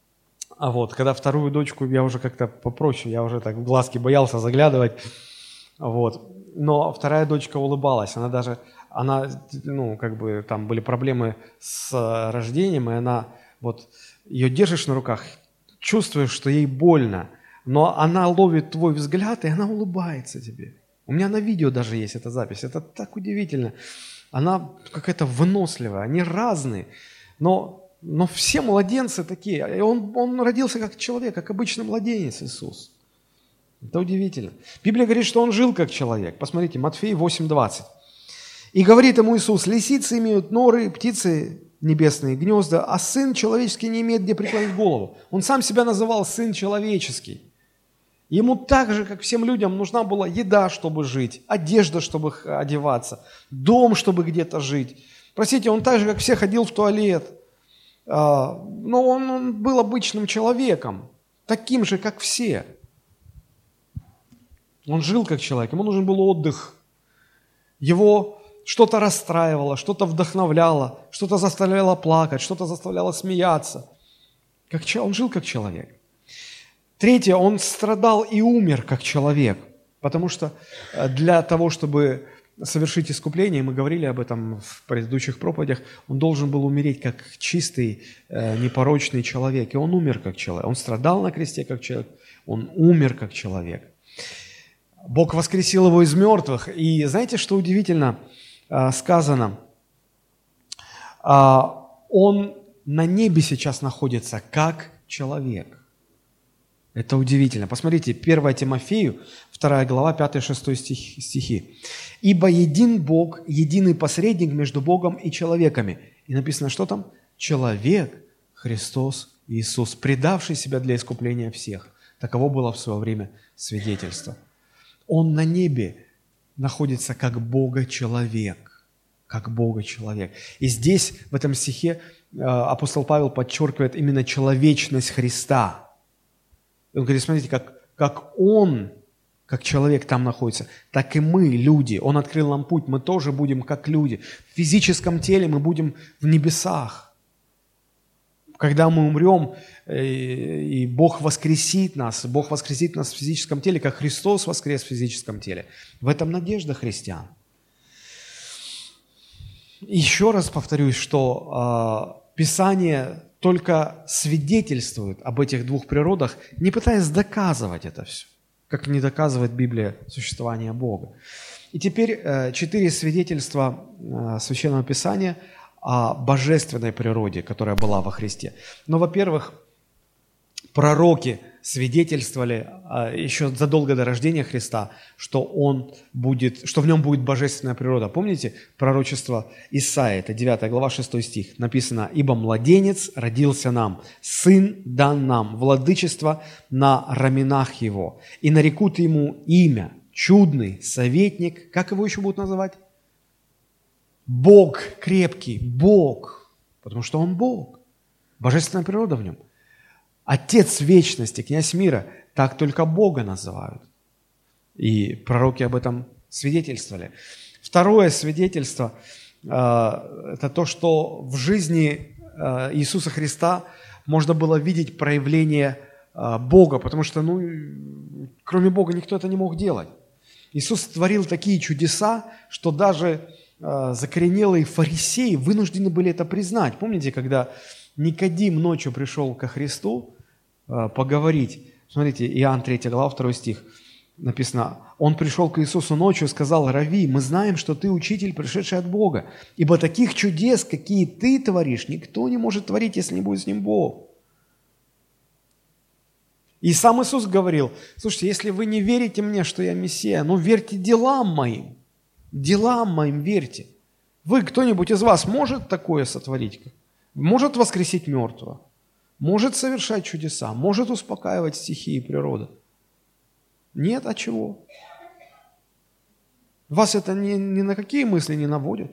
А когда вторую дочку, я уже как-то попроще, я уже так в глазки боялся заглядывать. Вот. Но вторая дочка улыбалась, там были проблемы с рождением, и ее держишь на руках, чувствуешь, что ей больно, но она ловит твой взгляд, и она улыбается тебе. У меня на видео даже есть эта запись, это так удивительно. Она какая-то выносливая, они разные, но все младенцы такие, и он родился как человек, как обычный младенец Иисус. Это удивительно. Библия говорит, что он жил как человек. Посмотрите, Матфея 8:20. «И говорит ему Иисус: лисицы имеют норы, птицы небесные гнезда, а сын человеческий не имеет где преклонить голову». Он сам себя называл сын человеческий. Ему так же, как всем людям, нужна была еда, чтобы жить, одежда, чтобы одеваться, дом, чтобы где-то жить. Простите, он так же, как все, ходил в туалет. Но он был обычным человеком, таким же, как все. Он жил как человек, ему нужен был отдых. Его что-то расстраивало, что-то вдохновляло, что-то заставляло плакать, что-то заставляло смеяться. Он жил как человек. Третье, он страдал и умер как человек, потому что для того, чтобы совершить искупление, мы говорили об этом в предыдущих проповедях, он должен был умереть как чистый, непорочный человек, и он умер как человек. Он страдал на кресте как человек, он умер как человек. Бог воскресил его из мертвых. И знаете, что удивительно сказано? Он на небе сейчас находится как человек. Это удивительно. Посмотрите, 1 Тимофею, 2 глава, 5-6 стихи. «Ибо един Бог, единый посредник между Богом и человеками». И написано, что там? «Человек, Христос Иисус, предавший себя для искупления всех». Таково было в свое время свидетельство. Он на небе находится как Бога-человек. Как Бога-человек. И здесь, в этом стихе, апостол Павел подчеркивает именно человечность Христа. Он говорит, смотрите, как Он, как человек там находится, так и мы, люди. Он открыл нам путь, мы тоже будем как люди. В физическом теле мы будем в небесах. Когда мы умрем, и Бог воскресит нас в физическом теле, как Христос воскрес в физическом теле. В этом надежда христиан. Еще раз повторюсь, что Писание только свидетельствует об этих двух природах, не пытаясь доказывать это все, как не доказывает Библия существование Бога. И теперь 4 свидетельства Священного Писания о божественной природе, которая была во Христе. Но, во-первых, пророки свидетельствовали еще задолго до рождения Христа, что в нем будет божественная природа. Помните пророчество Исаии, это 9 глава, 6 стих, написано: «Ибо младенец родился нам, сын дан нам, владычество на раменах его, и нарекут ему имя, чудный, советник». Как его еще будут называть? Бог крепкий, Бог, потому что Он Бог, божественная природа в Нем. Отец вечности, князь мира, так только Бога называют. И пророки об этом свидетельствовали. Второе свидетельство – это то, что в жизни Иисуса Христа можно было видеть проявление Бога, потому что, кроме Бога никто это не мог делать. Иисус творил такие чудеса, что даже закоренелые фарисеи вынуждены были это признать. Помните, когда Никодим ночью пришел ко Христу поговорить? Смотрите, Иоанн 3 глава, 2 стих. Написано: «Он пришел к Иисусу ночью и сказал: Рави, мы знаем, что ты учитель, пришедший от Бога, ибо таких чудес, какие ты творишь, никто не может творить, если не будет с ним Бог». И сам Иисус говорил: слушайте, если вы не верите мне, что я Мессия, верьте делам моим. Делам моим верьте. Вы, кто-нибудь из вас может такое сотворить? Может воскресить мертвого? Может совершать чудеса? Может успокаивать стихии природы? Нет, а чего? Вас это ни на какие мысли не наводит?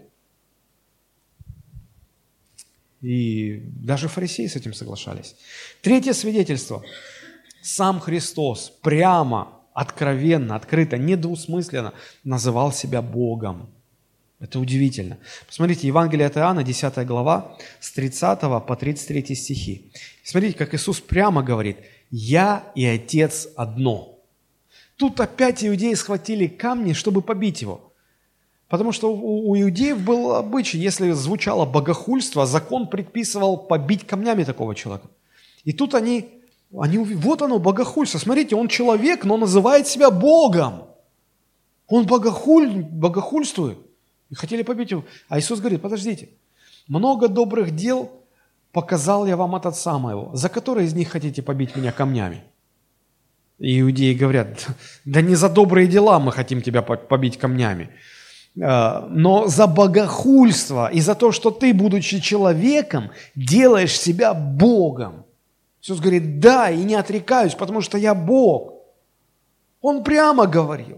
И даже фарисеи с этим соглашались. Третье свидетельство. Сам Христос прямо, откровенно, открыто, недвусмысленно называл себя Богом. Это удивительно. Посмотрите, Евангелие от Иоанна, 10 глава, с 30 по 33 стихи. Смотрите, как Иисус прямо говорит: «Я и Отец одно». Тут опять иудеи схватили камни, чтобы побить его. Потому что у иудеев был обычай, если звучало богохульство, закон предписывал побить камнями такого человека. И тут вот оно, богохульство. Смотрите, он человек, но называет себя Богом. Он богохульствует. И хотели побить его. А Иисус говорит, подождите, много добрых дел показал я вам от Отца моего. За которые из них хотите побить меня камнями? И иудеи говорят, да не за добрые дела мы хотим тебя побить камнями, но за богохульство и за то, что ты, будучи человеком, делаешь себя Богом. Иисус говорит, да, и не отрекаюсь, потому что я Бог. Он прямо говорил.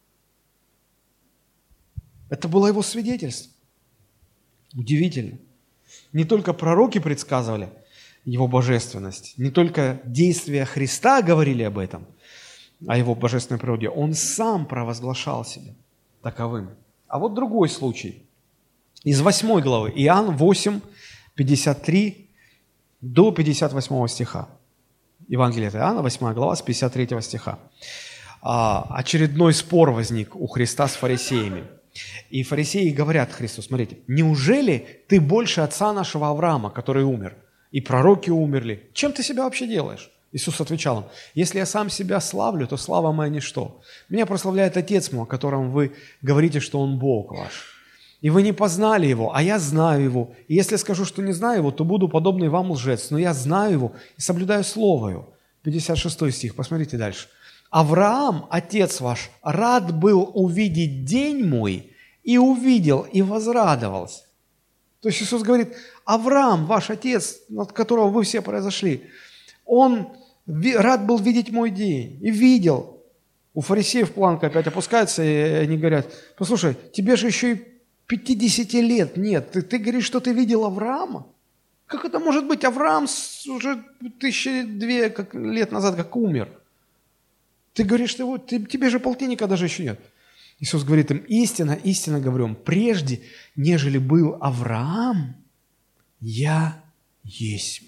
Это было его свидетельство. Удивительно. Не только пророки предсказывали его божественность, не только действия Христа говорили об этом, о его божественной природе, он сам провозглашал себя таковым. А вот другой случай. Из 8 главы, Иоанн 8, 53 до 58 стиха. Евангелие от Иоанна, 8 глава, с 53 стиха. Очередной спор возник у Христа с фарисеями. И фарисеи говорят Христу, смотрите, неужели ты больше отца нашего Авраама, который умер, и пророки умерли? Чем ты себя вообще делаешь? Иисус отвечал им, если я сам себя славлю, то слава моя ничто. Меня прославляет Отец мой, о котором вы говорите, что Он Бог ваш. И вы не познали Его, а я знаю Его. И если скажу, что не знаю Его, то буду подобный вам лжец. Но я знаю Его и соблюдаю Слово Его. 56 стих, посмотрите дальше. Авраам, отец ваш, рад был увидеть день мой, и увидел, и возрадовался. То есть Иисус говорит, Авраам, ваш отец, от которого вы все произошли, он рад был видеть мой день, и видел. У фарисеев планка опять опускается, и они говорят, послушай, тебе же еще и 50 лет нет, ты говоришь, что ты видел Авраама? Как это может быть? Авраам уже 1200 лет назад как умер. Ты говоришь, что тебе же полтинника даже еще нет. Иисус говорит им, истинно, истинно говорю вам, прежде, нежели был Авраам, я есть.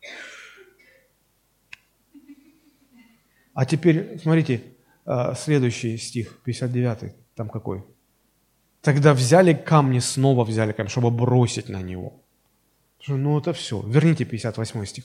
А теперь, смотрите, следующий стих, 59, там какой? Тогда взяли камни, чтобы бросить на него. Ну это все. Верните 58 стих.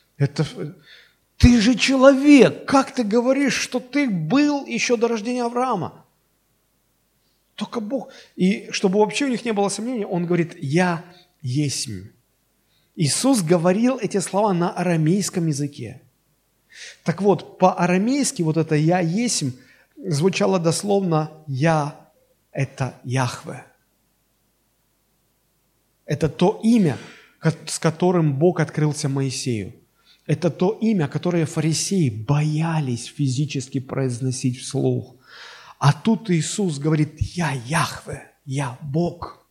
Ты же человек, как ты говоришь, что ты был еще до рождения Авраама? Только Бог. И чтобы вообще у них не было сомнений, он говорит, я есть. Иисус говорил эти слова на арамейском языке. Так вот, по-арамейски вот это «я есть» звучало дословно «я» – это Яхве. Это то имя, с которым Бог открылся Моисею. Это то имя, которое фарисеи боялись физически произносить вслух. А тут Иисус говорит, я Яхве, я Бог.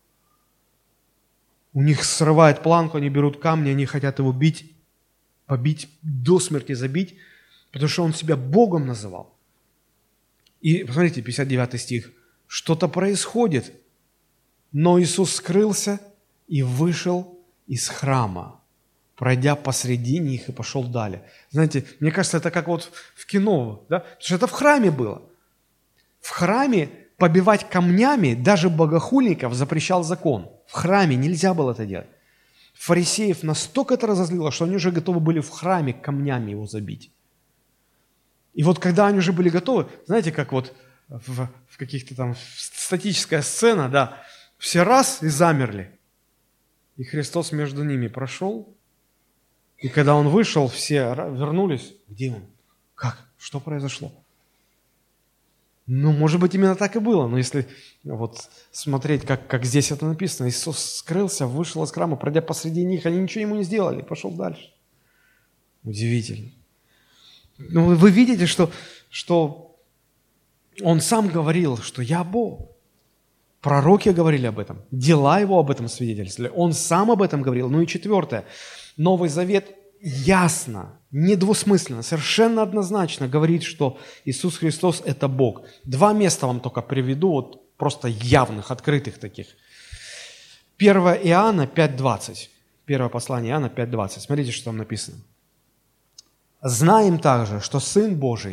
У них срывает планку, они берут камни, они хотят его бить, побить, до смерти забить, потому что он себя Богом называл. И посмотрите, 59 стих. Что-то происходит, но Иисус скрылся и вышел из храма, пройдя посреди них и пошел далее. Знаете, мне кажется, это как вот в кино, да? Потому что это в храме было. В храме побивать камнями даже богохульников запрещал закон. В храме нельзя было это делать. Фарисеев настолько это разозлило, что они уже готовы были в храме камнями его забить. И вот когда они уже были готовы, знаете, как вот в каких-то там статическая сцена, да, все раз и замерли. И Христос между ними прошел. И когда Он вышел, все вернулись. Где Он? Как? Что произошло? Ну, может быть, именно так и было. Но если вот смотреть, как здесь это написано, Иисус скрылся, вышел из храма, пройдя посреди них, они ничего ему не сделали, пошел дальше. Удивительно. Ну, вы видите, что Он сам говорил, что «Я Бог». Пророки говорили об этом, дела Его об этом свидетельствовали. Он сам об этом говорил. Ну и четвертое. Новый Завет ясно, недвусмысленно, совершенно однозначно говорит, что Иисус Христос – это Бог. 2 места вам только приведу, вот просто явных, открытых таких. 1 Иоанна 5:20. Первое послание Иоанна 5:20. Смотрите, что там написано. «Знаем также, что Сын Божий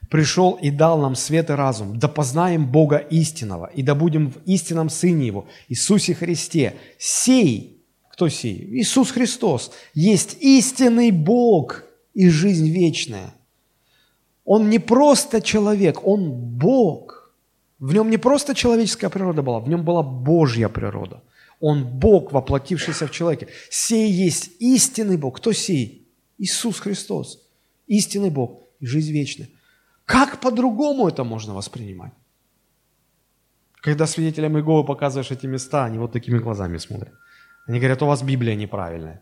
пришел и дал нам свет и разум, да познаем Бога истинного, и да будем в истинном Сыне Его, Иисусе Христе. Сей, кто сей? Иисус Христос, есть истинный Бог и жизнь вечная. Он не просто человек, Он Бог. В Нем не просто человеческая природа была, в Нем была Божья природа. Он Бог, воплотившийся в человеке. Сей есть истинный Бог. Кто сей? Иисус Христос. Истинный Бог и жизнь вечная. Как по-другому это можно воспринимать? Когда свидетелям Иеговы показываешь эти места, они вот такими глазами смотрят. Они говорят, у вас Библия неправильная.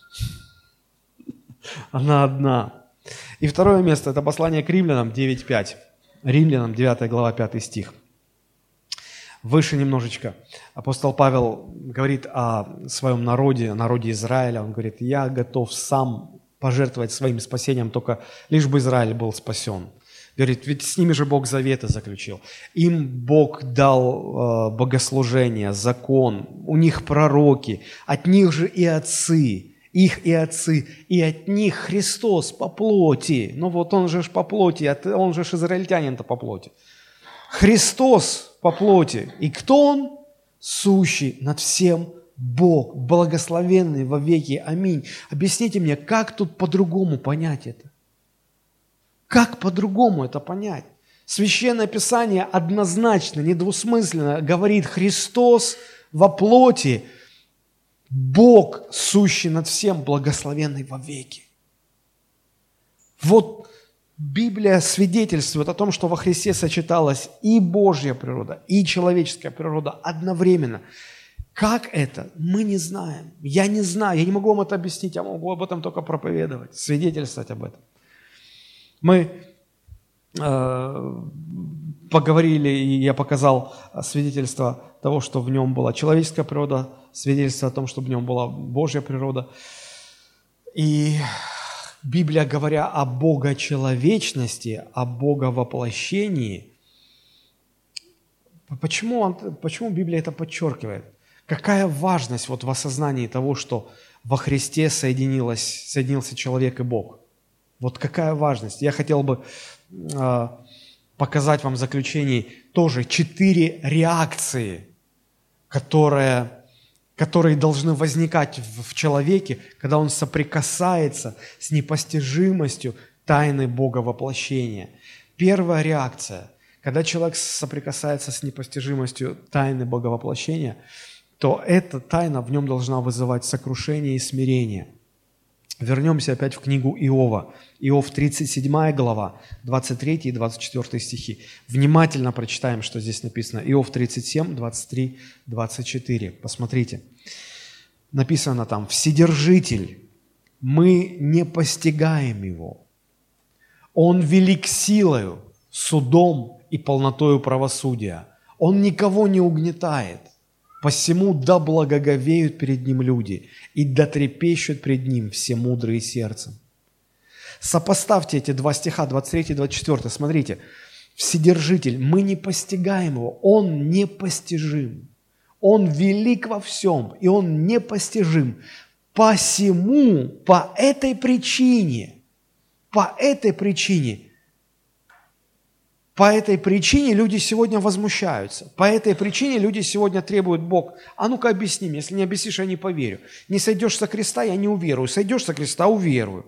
Она одна. И второе место – это послание к Римлянам 9:5. Римлянам 9 глава 5 стих. Выше немножечко апостол Павел говорит о своем народе, народе Израиля. Он говорит, я готов сам пожертвовать своим спасением, только лишь бы Израиль был спасен. Говорит, ведь с ними же Бог заветы заключил. Им Бог дал богослужение, закон, у них пророки, от них же и отцы, их и отцы, и от них Христос по плоти. Ну вот он же по плоти, он же израильтянин-то по плоти. Христос по плоти. И кто Он? Сущий над всем Бог, благословенный во веки. Аминь. Объясните мне, как тут по-другому понять это? Как по-другому это понять? Священное Писание однозначно, недвусмысленно говорит, Христос во плоти, Бог, сущий над всем, благословенный во веки. Вот Библия свидетельствует о том, что во Христе сочеталась и Божья природа, и человеческая природа одновременно. Как это? Мы не знаем. Я не знаю, я не могу вам это объяснить, я могу об этом только проповедовать, свидетельствовать об этом. Мы поговорили, и я показал свидетельство того, что в нем была человеческая природа, свидетельство о том, что в нем была Божья природа. И Библия, говоря о богочеловечности, о боговоплощении, почему Библия это подчеркивает? Какая важность вот в осознании того, что во Христе соединился человек и Бог? Вот какая важность? Я хотел бы показать вам в заключении тоже 4 реакции, которые должны возникать в человеке, когда он соприкасается с непостижимостью тайны Бога воплощения. Первая реакция, когда человек соприкасается с непостижимостью тайны Бога воплощения, то эта тайна в нем должна вызывать сокрушение и смирение. Вернемся опять в книгу Иова. Иов 37 глава, 23 и 24 стихи. Внимательно прочитаем, что здесь написано. Иов 37, 23, 24. Посмотрите. Написано там: «Вседержитель, мы не постигаем его. Он велик силою, судом и полнотою правосудия. Он никого не угнетает. Посему да благоговеют перед Ним люди, и да трепещут пред Ним все мудрые сердцем». Сопоставьте эти 2 стиха, 23 и 24. Смотрите. Вседержитель, мы не постигаем Его, Он непостижим. Он велик во всем, и Он непостижим. Посему, по этой причине люди сегодня возмущаются. По этой причине люди сегодня требуют: Бог, а ну-ка объясни мне. Если не объяснишь, я не поверю. Не сойдешь со креста, я не уверую. Сойдешь со креста, уверую.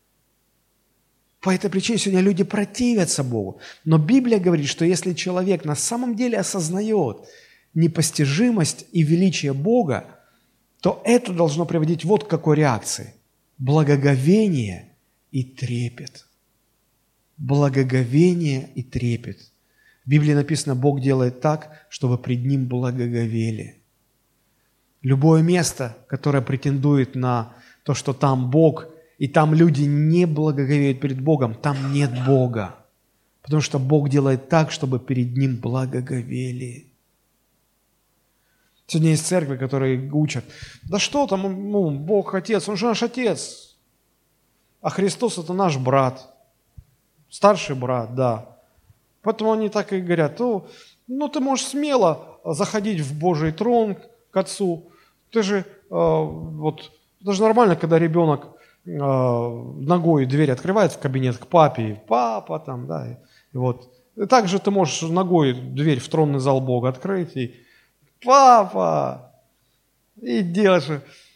По этой причине сегодня люди противятся Богу. Но Библия говорит, что если человек на самом деле осознает непостижимость и величие Бога, то это должно приводить вот к какой реакции: благоговение и трепет. Благоговение и трепет. В Библии написано, Бог делает так, чтобы пред Ним благоговели. Любое место, которое претендует на то, что там Бог, и там люди не благоговеют перед Богом, там нет Бога. Потому что Бог делает так, чтобы перед Ним благоговели. Сегодня есть церкви, которые учат: да что там, Бог Отец, Он же наш Отец, а Христос – это наш брат. Старший брат, да. Поэтому они так и говорят: ты можешь смело заходить в Божий трон к Отцу. Это же нормально, когда ребенок ногой дверь открывает в кабинет к папе, и папа там, да, Вот. И также ты можешь ногой дверь в тронный зал Бога открыть и «Папа!» и делаешь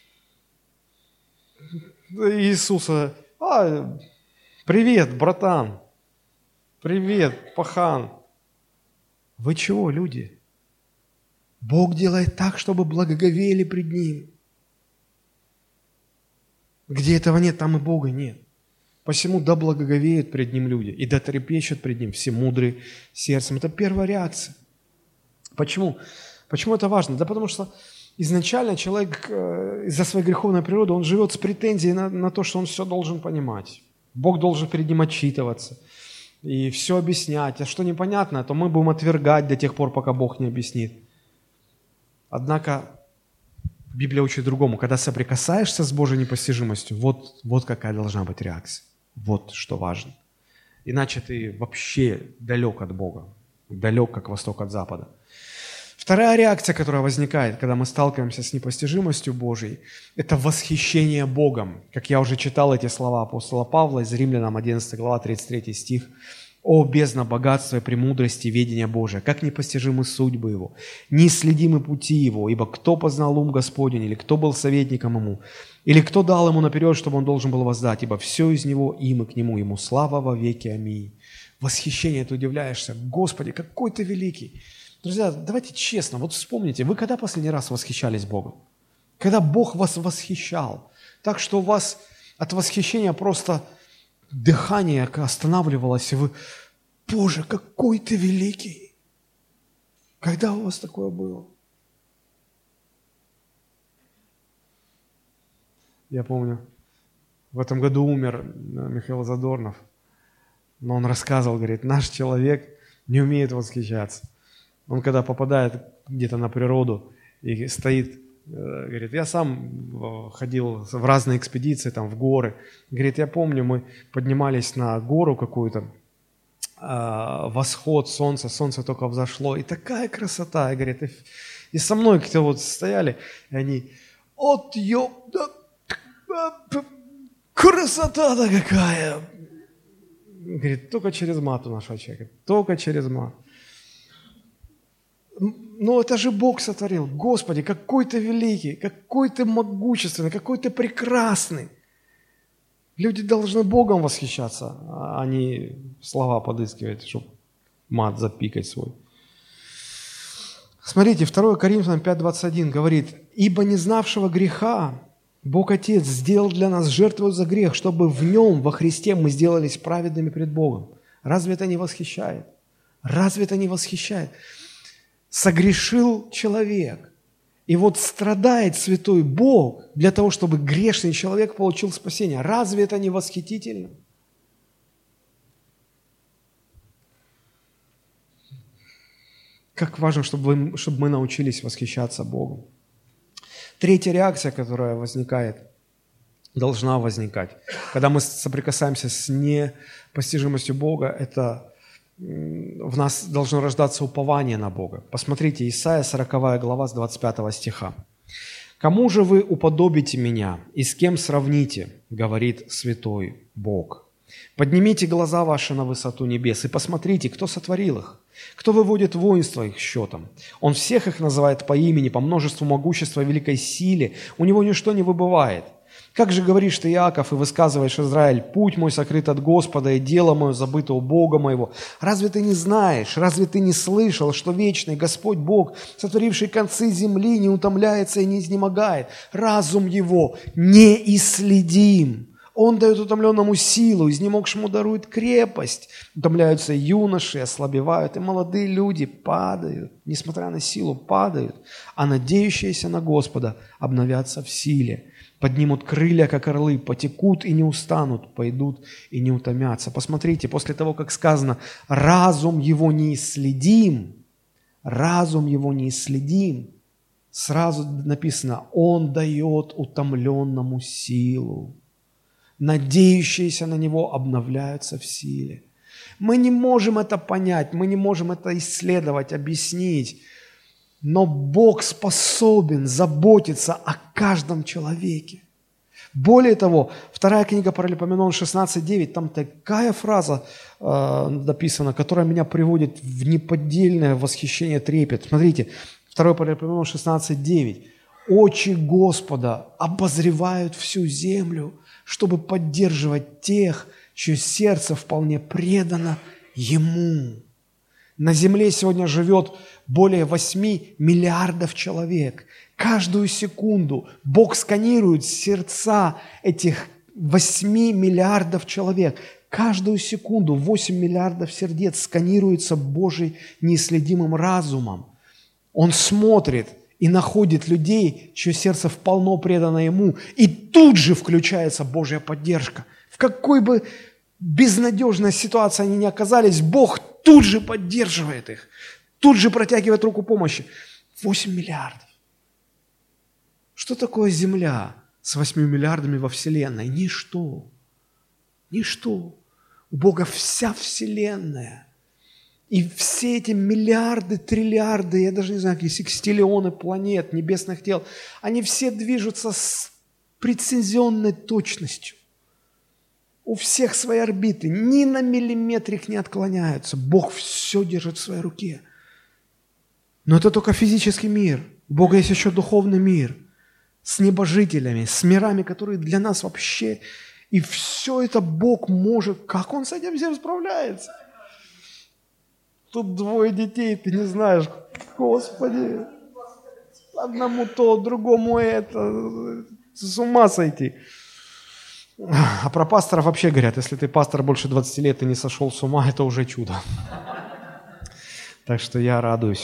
Иисуса «Привет, братан! Привет, пахан!» Вы чего, люди? Бог делает так, чтобы благоговели пред Ним. Где этого нет, там и Бога нет. Посему да благоговеют пред Ним люди, и да трепещут пред Ним все мудрые сердцем. Это первая реакция. Почему? Почему это важно? Да потому что изначально человек из-за своей греховной природы, он живет с претензией на то, что он все должен понимать. Бог должен перед Ним отчитываться и все объяснять. А что непонятно, то мы будем отвергать до тех пор, пока Бог не объяснит. Однако Библия учит другому. Когда соприкасаешься с Божьей непостижимостью, вот какая должна быть реакция. Вот что важно. Иначе ты вообще далек от Бога. Далек, как восток от запада. Вторая реакция, которая возникает, когда мы сталкиваемся с непостижимостью Божьей, это восхищение Богом. Как я уже читал эти слова апостола Павла из Римлянам 11 глава 33 стих. «О, бездна богатства и премудрости и ведения Божия, как непостижимы судьбы Его, неисследимы пути Его, ибо кто познал ум Господень, или кто был советником Ему, или кто дал Ему наперед, чтобы Он должен был воздать, ибо все из Него, им и к Нему, Ему слава во веки. Аминь». Восхищение, ты удивляешься, Господи, какой Ты великий. Друзья, давайте честно, вот вспомните, вы когда последний раз восхищались Богом? Когда Бог вас восхищал, так что у вас от восхищения просто дыхание останавливалось, и вы, Боже, какой Ты великий! Когда у вас такое было? Я помню, в этом году умер Михаил Задорнов, но он рассказывал, говорит, наш человек не умеет восхищаться. Он когда попадает где-то на природу и стоит, говорит, я сам ходил в разные экспедиции, там, в горы. Говорит, я помню, мы поднимались на гору какую-то, восход солнца, солнце только взошло, и такая красота. И, говорит, и со мной кто вот стояли, и они, красота-то какая! Говорит, только через мат у нашего человека, только через мат. Ну, это же Бог сотворил. Господи, какой Ты великий, какой Ты могущественный, какой Ты прекрасный. Люди должны Богом восхищаться, а не слова подыскивать, чтобы мат запикать свой. Смотрите, 2 Коринфянам 5:21 говорит, «Ибо не знавшего греха Бог Отец сделал для нас жертву за грех, чтобы в Нем, во Христе, мы сделались праведными пред Богом». Разве это не восхищает? Разве это не восхищает? Согрешил человек, и вот страдает святой Бог для того, чтобы грешный человек получил спасение. Разве это не восхитительно? Как важно, чтобы мы научились восхищаться Богом. Третья реакция, которая возникает, должна возникать, когда мы соприкасаемся с непостижимостью Бога, это в нас должно рождаться упование на Бога. Посмотрите, Исайя 40 глава с 25 стиха. «Кому же вы уподобите меня, и с кем сравните, говорит святой Бог? Поднимите глаза ваши на высоту небес и посмотрите, кто сотворил их, кто выводит воинство их счетом. Он всех их называет по имени, по множеству могущества и великой силе. У него ничто не выбывает. Как же говоришь ты, Иаков, и высказываешь, Израиль, путь мой сокрыт от Господа, и дело мое забыто у Бога моего. Разве ты не знаешь, разве ты не слышал, что вечный Господь Бог, сотворивший концы земли, не утомляется и не изнемогает? Разум его неисследим. Он дает утомленному силу, изнемогшему дарует крепость. Утомляются юноши, ослабевают, и молодые люди падают, несмотря на силу, падают, а надеющиеся на Господа обновятся в силе. Поднимут крылья, как орлы, потекут и не устанут, пойдут и не утомятся. Посмотрите, после того, как сказано, разум его неисследим, сразу написано, он дает утомленному силу. Надеющиеся на него обновляются в силе. Мы не можем это понять, мы не можем это исследовать, объяснить. Но Бог способен заботиться о каждом человеке. Более того, вторая книга Паралипоменон 16:9, там такая фраза написана, которая меня приводит в неподдельное восхищение, трепет. Смотрите, 2 Паралипоменон 16:9. «Очи Господа обозревают всю землю, чтобы поддерживать тех, чье сердце вполне предано Ему». На земле сегодня живет более 8 миллиардов человек. Каждую секунду Бог сканирует сердца этих 8 миллиардов человек. Каждую секунду 8 миллиардов сердец сканируется Божьим неисследимым разумом. Он смотрит и находит людей, чье сердце вполне предано Ему. И тут же включается Божья поддержка. В какой бы безнадежной ситуации они ни оказались, Бог тут же поддерживает их, тут же протягивает руку помощи. 8 миллиардов. Что такое Земля с 8 миллиардами во Вселенной? Ничто. Ничто. У Бога вся Вселенная. И все эти миллиарды, триллиарды, я даже не знаю, какие секстиллионы планет, небесных тел, они все движутся с прецизионной точностью. У всех свои орбиты, ни на миллиметрик не отклоняются. Бог все держит в своей руке. Но это только физический мир. У Бога есть еще духовный мир с небожителями, с мирами, которые для нас вообще... И все это Бог может... Как Он с этим всем справляется? Тут 2 детей, ты не знаешь, Господи, одному то, другому это, с ума сойти. А про пастора вообще говорят, если ты пастор больше 20 лет и не сошел с ума, это уже чудо. Так что я радуюсь.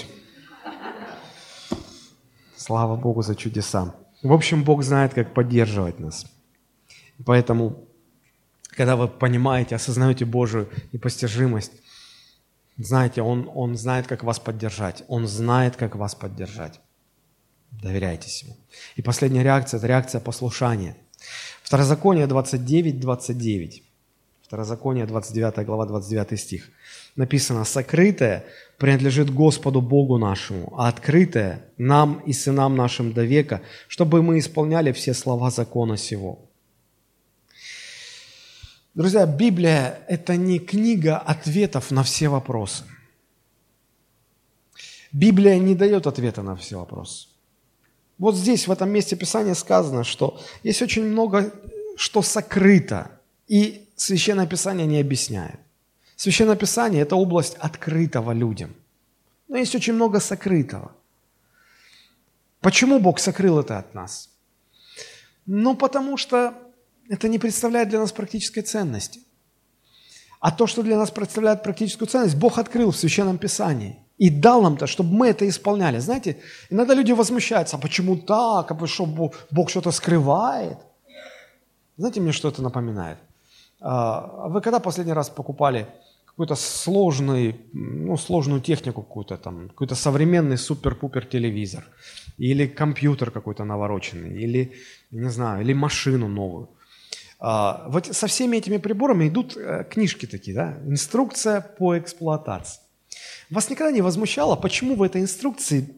Слава Богу за чудеса. В общем, Бог знает, как поддерживать нас. Поэтому, когда вы понимаете, осознаете Божию непостижимость, знаете, Он знает, как вас поддержать. Он знает, как вас поддержать. Доверяйтесь Ему. И последняя реакция – это реакция послушания. Второзаконие 29:29. Второзаконие 29 глава, 29 стих. Написано: «Сокрытое принадлежит Господу Богу нашему, а открытое нам и сынам нашим до века, чтобы мы исполняли все слова закона сего». Друзья, Библия – это не книга ответов на все вопросы. Библия не дает ответа на все вопросы. Вот здесь, в этом месте Писания сказано, что есть очень много, что сокрыто, и Священное Писание не объясняет. Священное Писание – это область открытого людям. Но есть очень много сокрытого. Почему Бог сокрыл это от нас? Ну, потому что это не представляет для нас практической ценности. А то, что для нас представляет практическую ценность, Бог открыл в Священном Писании. И дал нам-то, чтобы мы это исполняли. Знаете, иногда люди возмущаются, а почему так, а что Бог что-то скрывает? Знаете, мне что это напоминает? Вы когда последний раз покупали какую-то сложную технику какую-то там, какой-то современный супер-пупер телевизор, или компьютер какой-то навороченный, или, не знаю, или машину новую? Вот со всеми этими приборами идут книжки такие, да? Инструкция по эксплуатации. Вас никогда не возмущало, почему в этой инструкции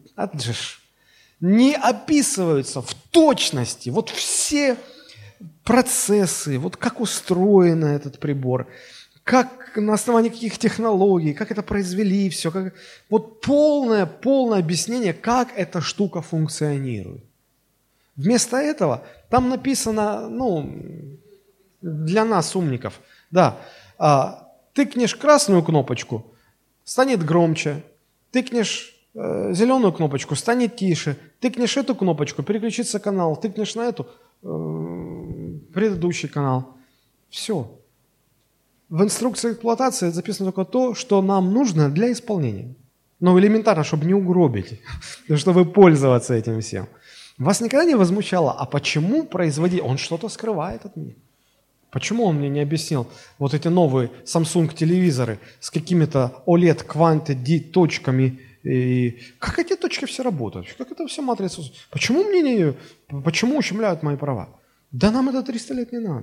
не описываются в точности вот все процессы, вот как устроен этот прибор, как на основании каких технологий, как это произвели, все, вот полное объяснение, как эта штука функционирует. Вместо этого там написано, для нас, умников, да, тыкнешь красную кнопочку, станет громче, тыкнешь зеленую кнопочку, станет тише, тыкнешь эту кнопочку, переключится канал, тыкнешь на эту, предыдущий канал. Все. В инструкции эксплуатации записано только то, что нам нужно для исполнения. Элементарно, чтобы не угробить, чтобы пользоваться этим всем. Вас никогда не возмущало, а почему производитель, он что-то скрывает от меня? Почему он мне не объяснил вот эти новые Samsung телевизоры с какими-то OLED Quantity точками? И как эти точки все работают? Как это все матрица? Почему ущемляют мои права? Да нам это 300 лет не надо.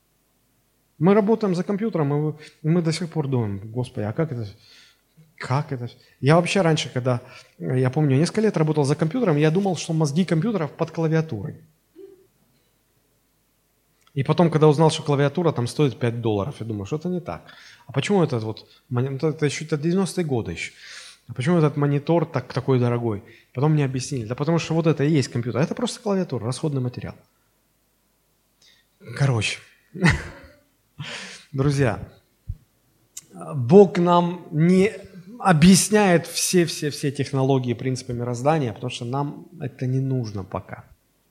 Мы работаем за компьютером, и мы до сих пор думаем: Господи, а как это? Я вообще раньше, я помню, несколько лет работал за компьютером, я думал, что мозги компьютеров под клавиатурой. И потом, когда узнал, что клавиатура там стоит $5, я думаю, что-то не так. А почему этот это еще 90-е годы еще. А почему этот монитор такой дорогой? Потом мне объяснили. Да потому что вот это и есть компьютер. Это просто клавиатура, расходный материал. Короче, друзья, Бог нам не объясняет все технологии, принципы мироздания, потому что нам это не нужно пока.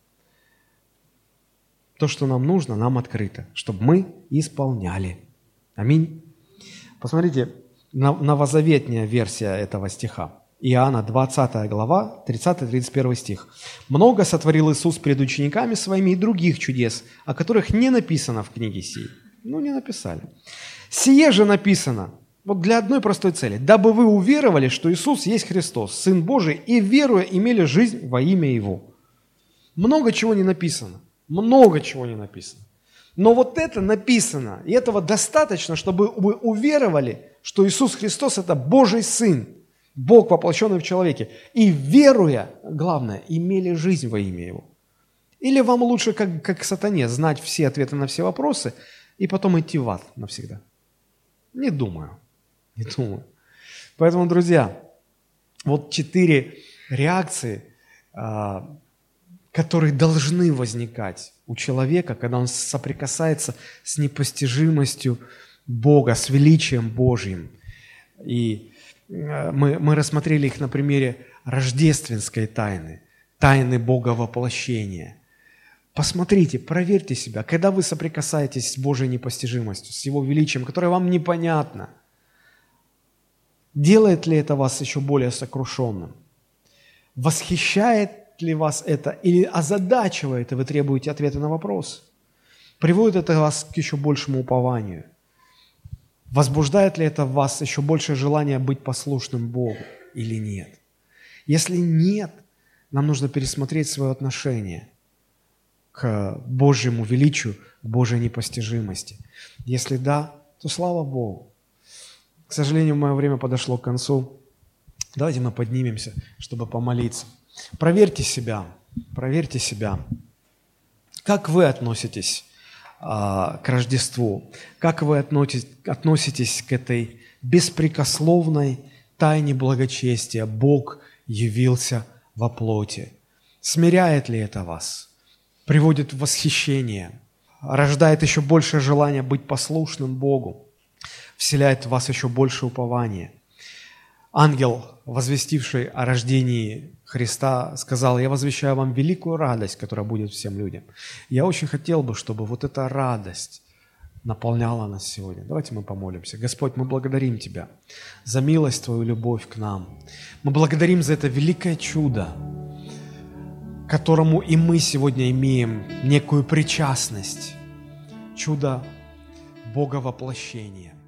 То, что нам нужно, нам открыто, чтобы мы исполняли. Аминь. Посмотрите, новозаветная версия этого стиха. Иоанна, 20 глава, 30-31 стих. «Много сотворил Иисус пред учениками своими и других чудес, о которых не написано в книге сей». Не написали. «Сие же написано». Вот для одной простой цели. «Дабы вы уверовали, что Иисус есть Христос, Сын Божий, и, веруя, имели жизнь во имя Его». Много чего не написано. Много чего не написано. Но вот это написано, и этого достаточно, чтобы вы уверовали, что Иисус Христос – это Божий Сын, Бог, воплощенный в человеке. И, веруя, главное, имели жизнь во имя Его. Или вам лучше, как сатане, знать все ответы на все вопросы и потом идти в ад навсегда? Не думаю. Поэтому, друзья, вот 4 реакции, которые должны возникать у человека, когда он соприкасается с непостижимостью Бога, с величием Божьим. И мы рассмотрели их на примере рождественской тайны, тайны Бога воплощения. Посмотрите, проверьте себя, когда вы соприкасаетесь с Божьей непостижимостью, с Его величием, которое вам непонятно, делает ли это вас еще более сокрушенным? Восхищает ли вас это или озадачивает, и вы требуете ответа на вопрос? Приводит это вас к еще большему упованию? Возбуждает ли это в вас еще большее желание быть послушным Богу или нет? Если нет, нам нужно пересмотреть свое отношение к Божьему величию, к Божьей непостижимости. Если да, то слава Богу. К сожалению, мое время подошло к концу. Давайте мы поднимемся, чтобы помолиться. Проверьте себя. Как вы относитесь к Рождеству? Как вы относитесь к этой беспрекословной тайне благочестия? Бог явился во плоти. Смиряет ли это вас? Приводит в восхищение? Рождает еще большее желание быть послушным Богу? Вселяет в вас еще больше упования? Ангел, возвестивший о рождении Христа, сказал: «Я возвещаю вам великую радость, которая будет всем людям». Я очень хотел бы, чтобы вот эта радость наполняла нас сегодня. Давайте мы помолимся. Господь, мы благодарим Тебя за милость Твою, любовь к нам. Мы благодарим за это великое чудо, к которому и мы сегодня имеем некую причастность. Чудо Бога воплощения.